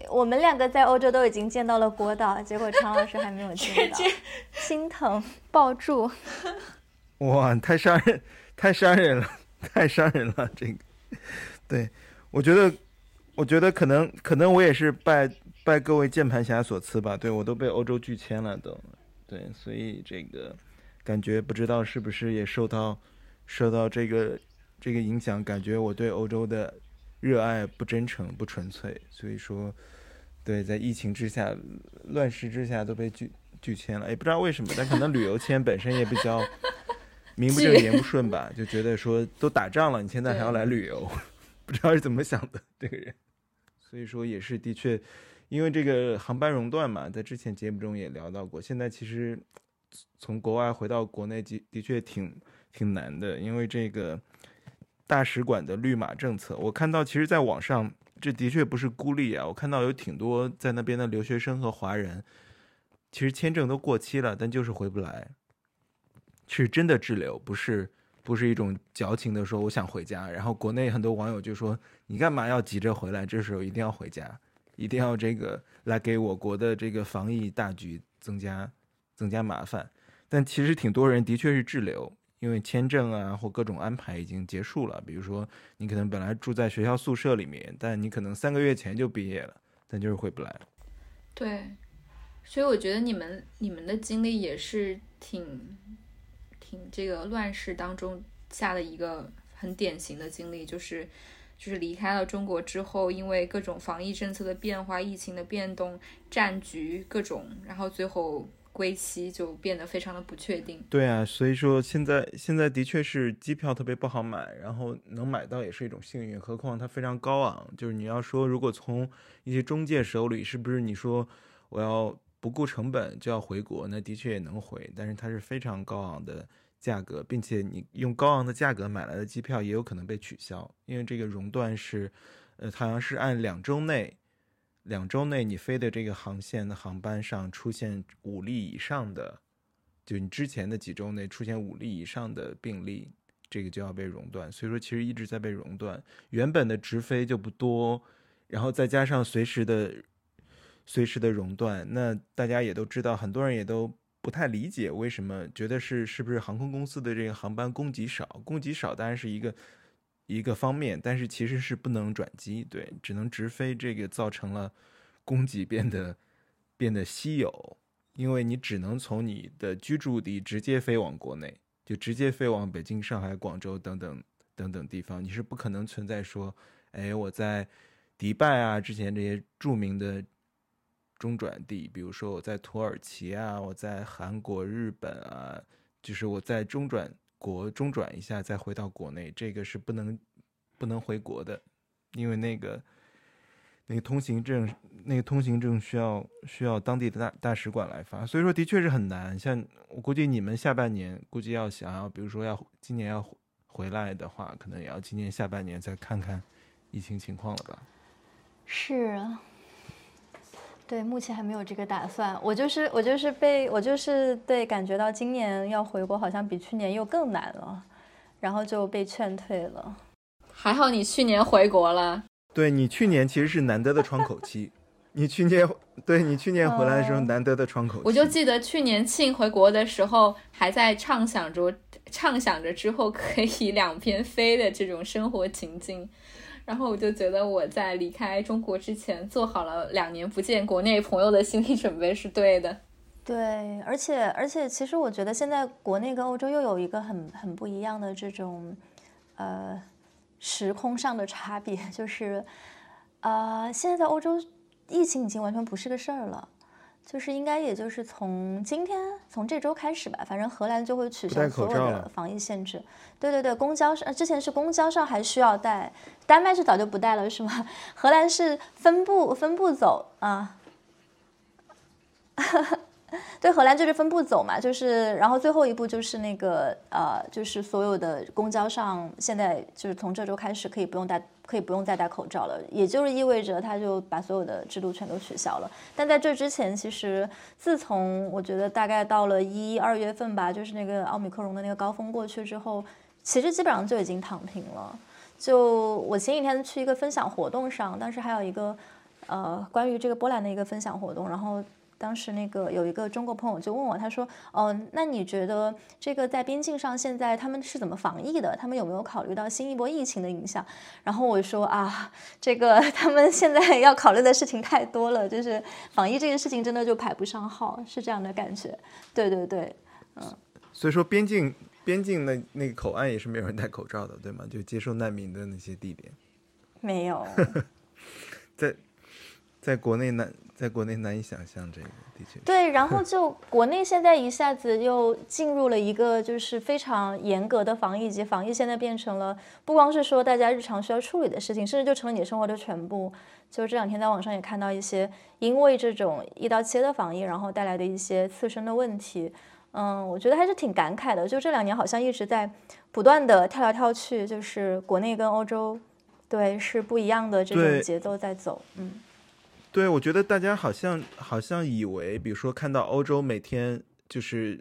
我们两个在欧洲都已经见到了国岛，结果常老师还没有见到，心疼，抱住。 哇，太伤人，太伤人了，太伤人了。这个，对，我觉得，我觉得可能，可能我也是拜拜各位键盘侠所赐吧。对，我都被欧洲拒签了都，对，所以这个感觉不知道是不是也受到受到这个这个影响，感觉我对欧洲的热爱不真诚、不纯粹。所以说，对，在疫情之下、乱世之下都被拒拒签了，也不知道为什么，但可能旅游签本身也比较。名不正言不顺吧，就觉得说都打仗了，你现在还要来旅游，不知道是怎么想的这个人。所以说也是的确，因为这个航班熔断嘛，在之前节目中也聊到过。现在其实从国外回到国内的的确挺挺难的，因为这个大使馆的绿码政策，我看到其实在网上，这的确不是孤立啊，我看到有挺多在那边的留学生和华人，其实签证都过期了，但就是回不来。是真的滞留，不是不是一种矫情的说我想回家。然后国内很多网友就说你干嘛要急着回来，这时候一定要回家，一定要这个来给我国的这个防疫大局增加增加麻烦。但其实挺多人的确是滞留，因为签证啊或各种安排已经结束了。比如说你可能本来住在学校宿舍里面，但你可能三个月前就毕业了，但就是回不来。 对，所以我觉得你们你们的经历也是挺挺这个乱世当中下的一个很典型的经历，就是就是离开了中国之后，因为各种防疫政策的变化、疫情的变动、战局各种，然后最后归期就变得非常的不确定。 对啊，所以说现在现在的确是机票特别不好买，然后能买到也是一种幸运，何况它非常高昂。就是你要说如果从一些中介手里，是不是你说我要不顾成本就要回国，那的确也能回，但是它是非常高昂的价格，并且你用高昂的价格买来的机票也有可能被取消，因为这个熔断是呃，好像是按两周内两周内你飞的这个航线的航班上出现五例以上的，就你之前的几周内出现五例以上的病例，这个就要被熔断。所以说其实一直在被熔断，原本的直飞就不多，然后再加上随时的随时的熔断，那大家也都知道，很多人也都不太理解为什么，觉得是是不是航空公司的这个航班供给少，供给少当然是一个一个方面，但是其实是不能转机，对，只能直飞，这个造成了供给变得变得稀有，因为你只能从你的居住地直接飞往国内，就直接飞往北京、上海、广州等等等等地方，你是不可能存在说，哎，我在迪拜啊，之前这些著名的中转地，比如说我在土耳其啊，我在韩国、日本啊，就是我在中转国中转一下再回到国内，这个是不能不能回国的，因为那个那个通行证那个通行证需要需要当地的大大使馆来发，所以说的确是很难。像我估计你们下半年估计要想要，比如说要今年要回来的话，可能也要今年下半年再看看疫情情况了吧。 是，对，目前还没有这个打算。我就是我就是被我就是对感觉到今年要回国好像比去年又更难了，然后就被劝退了。 还好你去年回国了。 对，你去年其实是难得的窗口期，你去年对你去年回来的时候难得的窗口期。 我就记得去年庆回国的时候，还在畅想着畅想着之后可以两边飞的这种生活情境。然后我就觉得我在离开中国之前做好了两年不见国内朋友的心理准备是对的。 对，而且而且其实我觉得现在国内跟欧洲又有一个很很不一样的这种呃时空上的差别，就是呃现在在欧洲疫情已经完全不是个事儿了。就是应该也就是从今天从这周开始吧，反正荷兰就会取消所有的防疫限制。对对对，公交上之前是公交上还需要戴，丹麦是早就不戴了是吗？荷兰是分步分步走啊。对，荷兰就是分步走嘛，就是然后最后一步就是那个呃，就是所有的公交上现在就是从这周开始可以不用戴，可以不用再戴口罩了，也就是意味着他就把所有的制度全都取消了。但在这之前，其实自从我觉得大概到了一二月份吧，就是那个奥密克戎的那个高峰过去之后，其实基本上就已经躺平了。就我前几天去一个分享活动上，当时还有一个。 呃关于这个波兰的一个分享活动，然后当时那个有一个中国朋友就问我，他说：“哦，那你觉得这个在边境上现在他们是怎么防疫的？他们有没有考虑到新一波疫情的影响？”然后我说啊，这个他们现在要考虑的事情太多了，就是防疫这个事情真的就排不上号，是这样的感觉。对对对，嗯。 所以说边境边境那那个口岸也是没有人戴口罩的，对吗？就接受难民的那些地点。 没有。 在在国内难，在国内难以想象这个，的确。 对，然后就国内现在一下子又进入了一个就是非常严格的防疫，以及防疫现在变成了不光是说大家日常需要处理的事情，甚至就成了你生活的全部。就这两天在网上也看到一些因为这种一刀切的防疫，然后带来的一些次生的问题。嗯，我觉得还是挺感慨的。就这两年好像一直在不断的跳来跳去，就是国内跟欧洲，对，是不一样的这种节奏在走。嗯。 对，我觉得大家好像好像以为，比如说看到欧洲每天就是，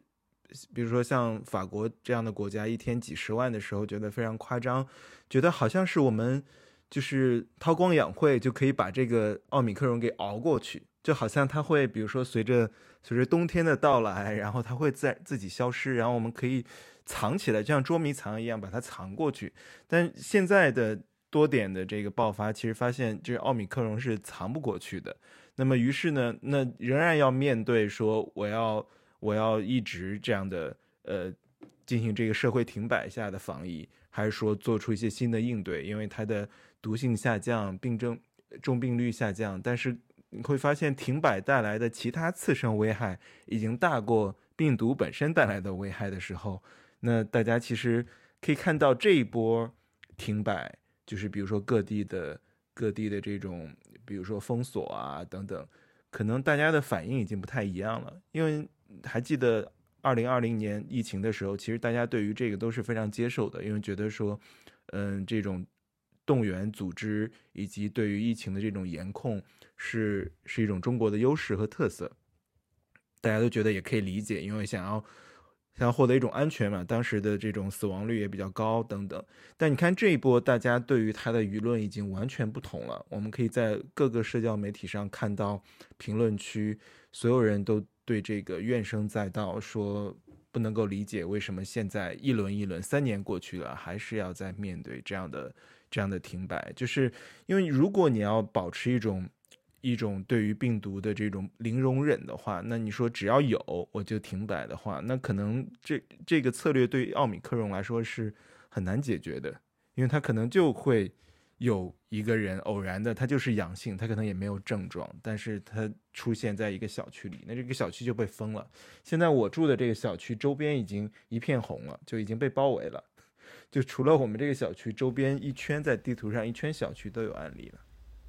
比如说像法国这样的国家一天几十万的时候，觉得非常夸张，觉得好像是我们就是韬光养晦就可以把这个奥密克戎给熬过去，就好像它会比如说随着随着冬天的到来，然后它会自自己消失，然后我们可以藏起来，就像捉迷藏一样把它藏过去。但现在的多点的这个爆发，其实发现这奥密克戎是藏不过去的。那么于是呢，那仍然要面对说我要我要一直这样的呃进行这个社会停摆下的防疫，还是说做出一些新的应对？因为它的毒性下降，病症重病率下降，但是你会发现停摆带来的其他次生危害已经大过病毒本身带来的危害的时候，那大家其实可以看到这一波停摆。就是比如说各地的各地的这种，比如说封锁啊等等，可能大家的反应已经不太一样了。因为还记得二零二零年疫情的时候，其实大家对于这个都是非常接受的，因为觉得说，嗯，这种动员组织以及对于疫情的这种严控是是一种中国的优势和特色，大家都觉得也可以理解，因为想要。想要获得一种安全嘛，当时的这种死亡率也比较高等等。但你看这一波，大家对于它的舆论已经完全不同了。我们可以在各个社交媒体上看到评论区，所有人都对这个怨声载道，说不能够理解为什么现在一轮一轮三年过去了，还是要再面对这样的这样的停摆。就是因为如果你要保持一种一种对于病毒的这种零容忍的话，那你说只要有我就停摆的话，那可能这这个策略对于奥密克戎来说是很难解决的，因为他可能就会有一个人偶然的他就是阳性，他可能也没有症状，但是他出现在一个小区里，那这个小区就被封了。现在我住的这个小区周边已经一片红了，就已经被包围了，就除了我们这个小区周边一圈，在地图上一圈小区都有案例了。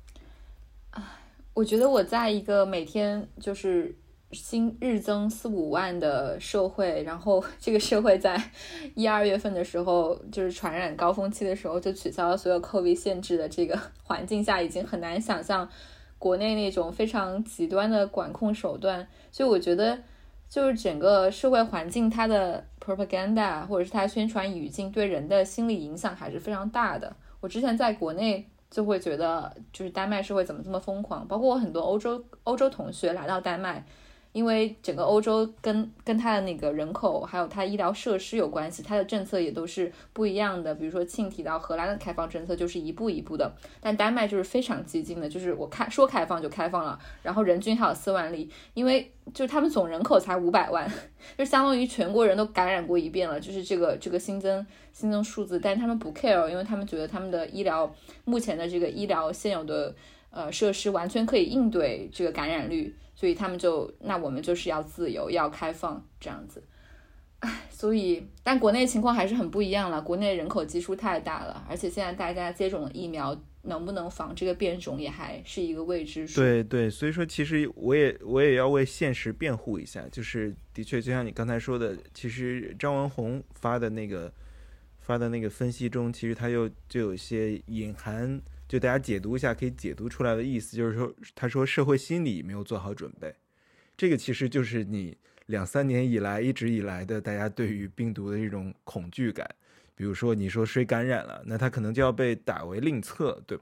我觉得我在一个每天就是新日增四五万的社会，然后这个社会在一二月份的时候，就是传染高峰期的时候就取消了所有 COVID 限制的这个环境下，已经很难想象国内那种非常极端的管控手段。所以我觉得就是整个社会环境它的 propaganda 或者是它宣传语境对人的心理影响还是非常大的。我之前在国内就会觉得就是丹麦社会怎么这么疯狂，包括我很多欧洲欧洲同学来到丹麦，因为整个欧洲跟跟它的那个人口还有它医疗设施有关系，它的政策也都是不一样的。比如说庆提到荷兰的开放政策就是一步一步的，但丹麦就是非常激进的，就是我开说开放就开放了，然后人均还有四万例，因为就是他们总人口才五百万，就相当于全国人都感染过一遍了，就是这个这个新增新增数字，但他们不 care， 因为他们觉得他们的医疗目前的这个医疗现有的呃设施完全可以应对这个感染率，所以他们就那我们就是要自由要开放这样子。唉，所以但国内情况还是很不一样了，国内人口基数太大了，而且现在大家接种了疫苗能不能防这个变种也还是一个未知数。 对对，所以说其实我也我也要为现实辩护一下，就是的确就像你刚才说的，其实张文宏发的那个发的那个分析中，其实他又就有一些隐含，就大家解读一下可以解读出来的意思，就是说他说社会心理没有做好准备，这个其实就是你两三年以来一直以来的大家对于病毒的这种恐惧感。比如说你说谁感染了，那他可能就要被打为另册，对吧？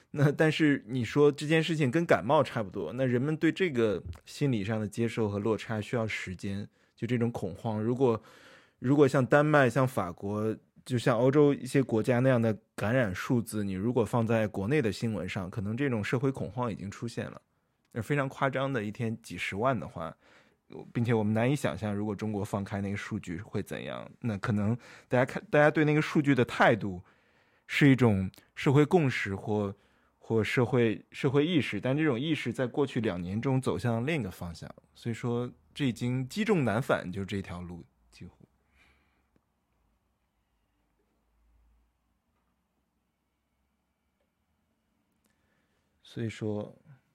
那但是你说这件事情跟感冒差不多，那人们对这个心理上的接受和落差需要时间，就这种恐慌，如果如果像丹麦、像法国，就像欧洲一些国家那样的感染数字，你如果放在国内的新闻上，可能这种社会恐慌已经出现了，非常夸张的，一天几十万的话，并且我们难以想象，如果中国放开那个数据会怎样。那可能大家看，大家对那个数据的态度是一种社会共识或或社会社会意识，但这种意识在过去两年中走向另一个方向，所以说这已经积重难返，就这条路几乎。所以说，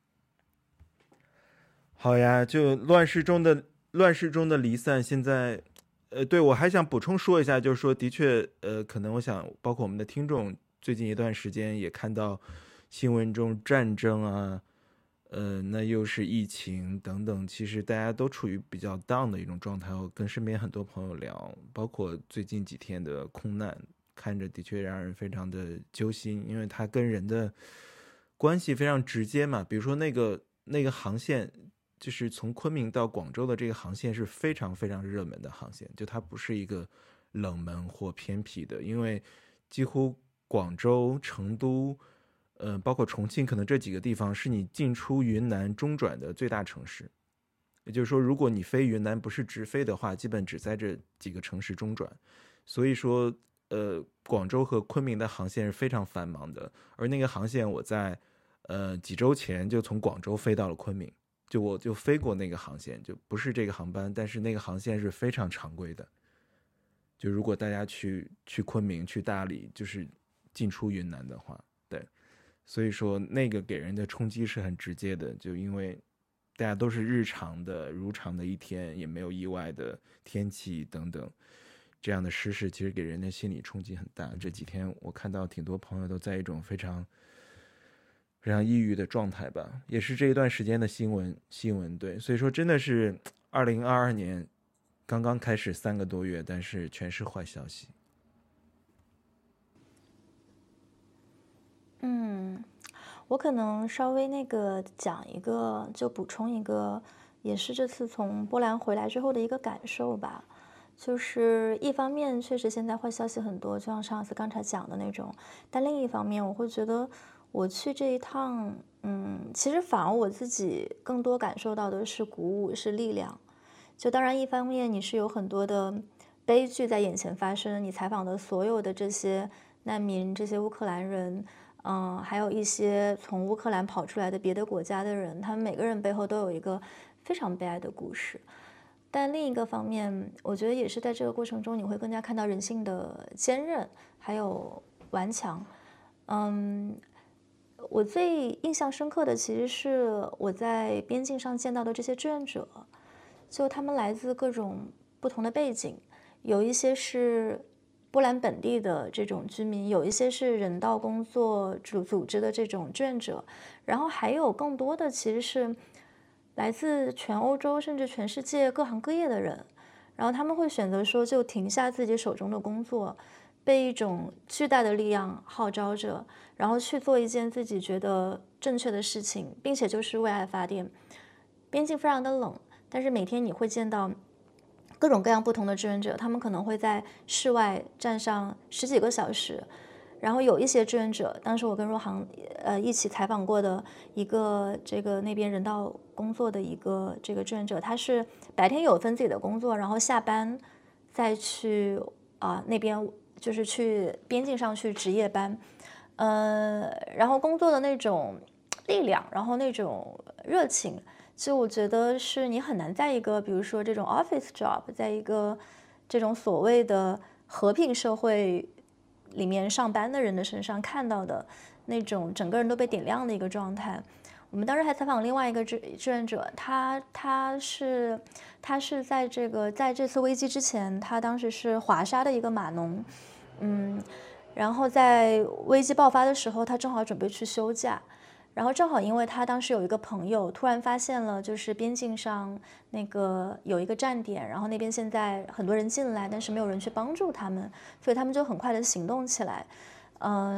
好呀，就乱世中的乱世中的离散，现在，呃，对，我还想补充说一下，就是说，的确，呃，可能我想，包括我们的听众，最近一段时间也看到新闻中战争啊，呃，那又是疫情等等，其实大家都处于比较 down 的一种状态。我跟身边很多朋友聊，包括最近几天的空难，看着的确让人非常的揪心，因为它跟人的关系非常直接嘛。比如说那个那个航线，就是从昆明到广州的这个航线是非常非常热门的航线，就它不是一个冷门或偏僻的，因为几乎广州、成都，呃，包括重庆，可能这几个地方是你进出云南中转的最大城市。也就是说，如果你飞云南不是直飞的话，基本只在这几个城市中转。所以说，呃，广州和昆明的航线是非常繁忙的。而那个航线，我在呃几周前就从广州飞到了昆明，就我就飞过那个航线，就不是这个航班，但是那个航线是非常常规的。就如果大家去去昆明、去大理，就是进出云南的话，对，所以说那个给人的冲击是很直接的，就因为大家都是日常的、如常的一天，也没有意外的天气等等。这样的失事其实给人的心理冲击很大。这几天我看到挺多朋友都在一种非常非常抑郁的状态吧，也是这一段时间的新闻新闻对，所以说真的是二零二二年刚刚开始三个多月，但是全是坏消息。 嗯，我可能稍微那个讲一个，就补充一个，也是这次从波兰回来之后的一个感受吧。就是一方面确实现在坏消息很多，就像上次刚才讲的那种，但另一方面我会觉得我去这一趟，嗯，其实反而我自己更多感受到的是鼓舞，是力量。就当然一方面你是有很多的悲剧在眼前发生，你采访的所有的这些难民，这些乌克兰人，嗯，还有一些从乌克兰跑出来的别的国家的人，他们每个人背后都有一个非常悲哀的故事。但另一个方面，我觉得也是在这个过程中，你会更加看到人性的坚韧，还有顽强。嗯，我最印象深刻的其实是我在边境上见到的这些志愿者，就他们来自各种不同的背景，有一些是波兰本地的这种居民，有一些是人道工作组组织的这种志愿者，然后还有更多的其实是来自全欧洲甚至全世界各行各业的人，然后他们会选择说就停下自己手中的工作，被一种巨大的力量号召着，然后去做一件自己觉得正确的事情，并且就是为爱发电。边境非常的冷，但是每天你会见到各种各样不同的志愿者，他们可能会在室外站上十几个小时。然后有一些志愿者，当时我跟若航呃一起采访过的一个这个那边人道工作的一个这个志愿者，他是白天有分自己的工作，然后下班再去啊、呃、那边就是去边境上去值夜班，呃，然后工作的那种力量，然后那种热情，就我觉得是你很难在一个比如说这种 office job， 在一个这种所谓的和平社会里面上班的人的身上看到的那种整个人都被点亮的一个状态。我们当时还采访另外一个志志愿者，他他是他是在这个在这次危机之前，他当时是华沙的一个码农，嗯，然后在危机爆发的时候，他正好准备去休假。然后正好因为他当时有一个朋友突然发现了，就是边境上那个有一个站点，然后那边现在很多人进来，但是没有人去帮助他们，所以他们就很快的行动起来。呃，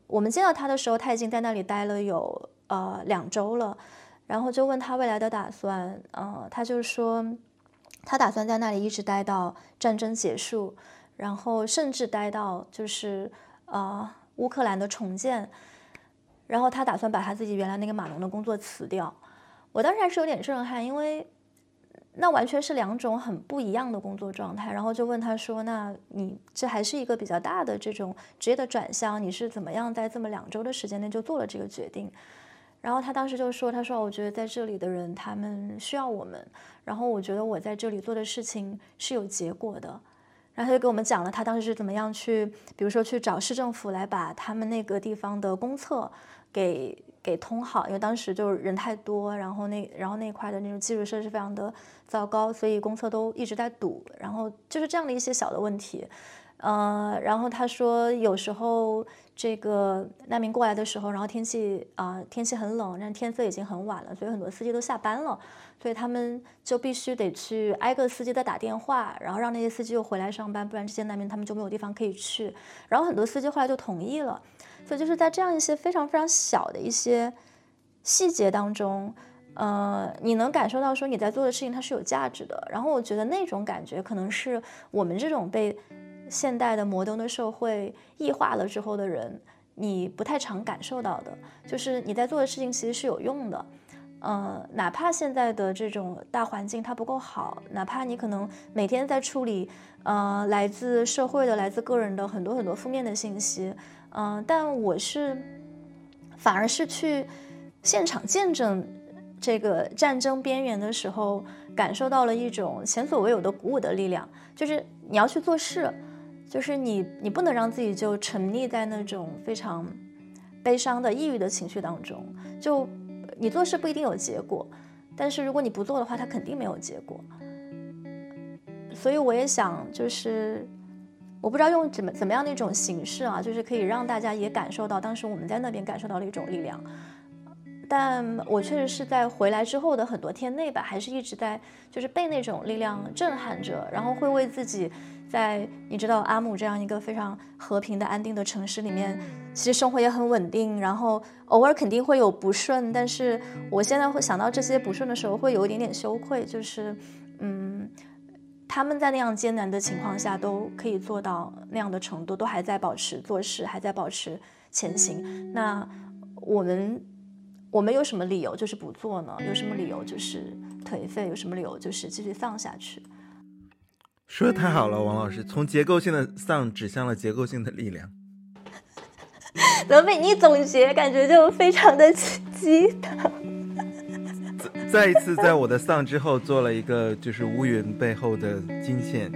我们见到他的时候，他已经在那里待了有呃两周了，然后就问他未来的打算，呃，他就说他打算在那里一直待到战争结束，然后甚至待到就是呃乌克兰的重建，然后他打算把他自己原来那个码农的工作辞掉。我当时还是有点震撼，因为那完全是两种很不一样的工作状态。然后就问他说，那你这还是一个比较大的这种职业的转向，你是怎么样在这么两周的时间内就做了这个决定？然后他当时就说，他说我觉得在这里的人他们需要我们，然后我觉得我在这里做的事情是有结果的。然后他就给我们讲了他当时是怎么样去，比如说去找市政府来把他们那个地方的公厕给给通好，因为当时就是人太多，然后那然后那块的那种基础设施非常的糟糕，所以公厕都一直在堵，然后就是这样的一些小的问题。呃，然后他说有时候这个难民过来的时候，然后天气啊、呃、天气很冷，但天色已经很晚了，所以很多司机都下班了，所以他们就必须得去挨个司机的打电话，然后让那些司机又回来上班，不然这些难民他们就没有地方可以去。然后很多司机后来就同意了，所以就是在这样一些非常非常小的一些细节当中，呃，你能感受到说你在做的事情它是有价值的。然后我觉得那种感觉可能是我们这种被现代的摩登的社会异化了之后的人，你不太常感受到的，就是你在做的事情其实是有用的。呃，哪怕现在的这种大环境它不够好，哪怕你可能每天在处理呃来自社会的、来自个人的很多很多负面的信息，嗯、呃，但我是反而是去现场见证这个战争边缘的时候，感受到了一种前所未有的鼓舞的力量。就是你要去做事，就是你你不能让自己就沉溺在那种非常悲伤的、抑郁的情绪当中。就你做事不一定有结果，但是如果你不做的话，它肯定没有结果。所以我也想，就是我不知道用怎么怎么样的一种形式啊，就是可以让大家也感受到当时我们在那边感受到的一种力量。但我确实是在回来之后的很多天内吧，还是一直在就是被那种力量震撼着，然后会为自己在你知道阿姆这样一个非常和平的安定的城市里面，其实生活也很稳定，然后偶尔肯定会有不顺，但是我现在会想到这些不顺的时候会有一点点羞愧，就是嗯，他们在那样艰难的情况下都可以做到那样的程度，都还在保持做事，还在保持前行。那我们我们有什么理由就是不做呢？有什么理由就是颓废？有什么理由就是继续丧下去？ 说的太好了，王老师，从结构性的丧指向了结构性的力量。 怎么被你总结，感觉就非常的鸡汤。 再一次在我的丧之后做了一个就是乌云背后的金线。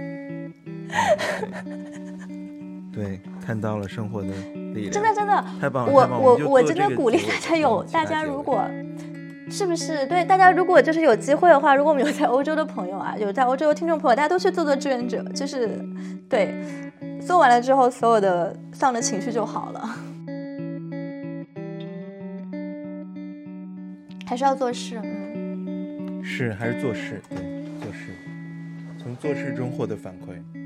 对，看到了生活的力量， 真的真的太棒了！ 我太棒了我我真们就做这个的鼓励结尾大家有， 嗯其他大家结尾如果是不是对大家如果就是有机会的话，如果我们有在欧洲的朋友啊，有在欧洲的听众朋友，大家都去做做志愿者，就是对，做完了之后，所有的丧的情绪就好了。还是要做事，嗯， 是还是做事，对，做事，从做事中获得反馈。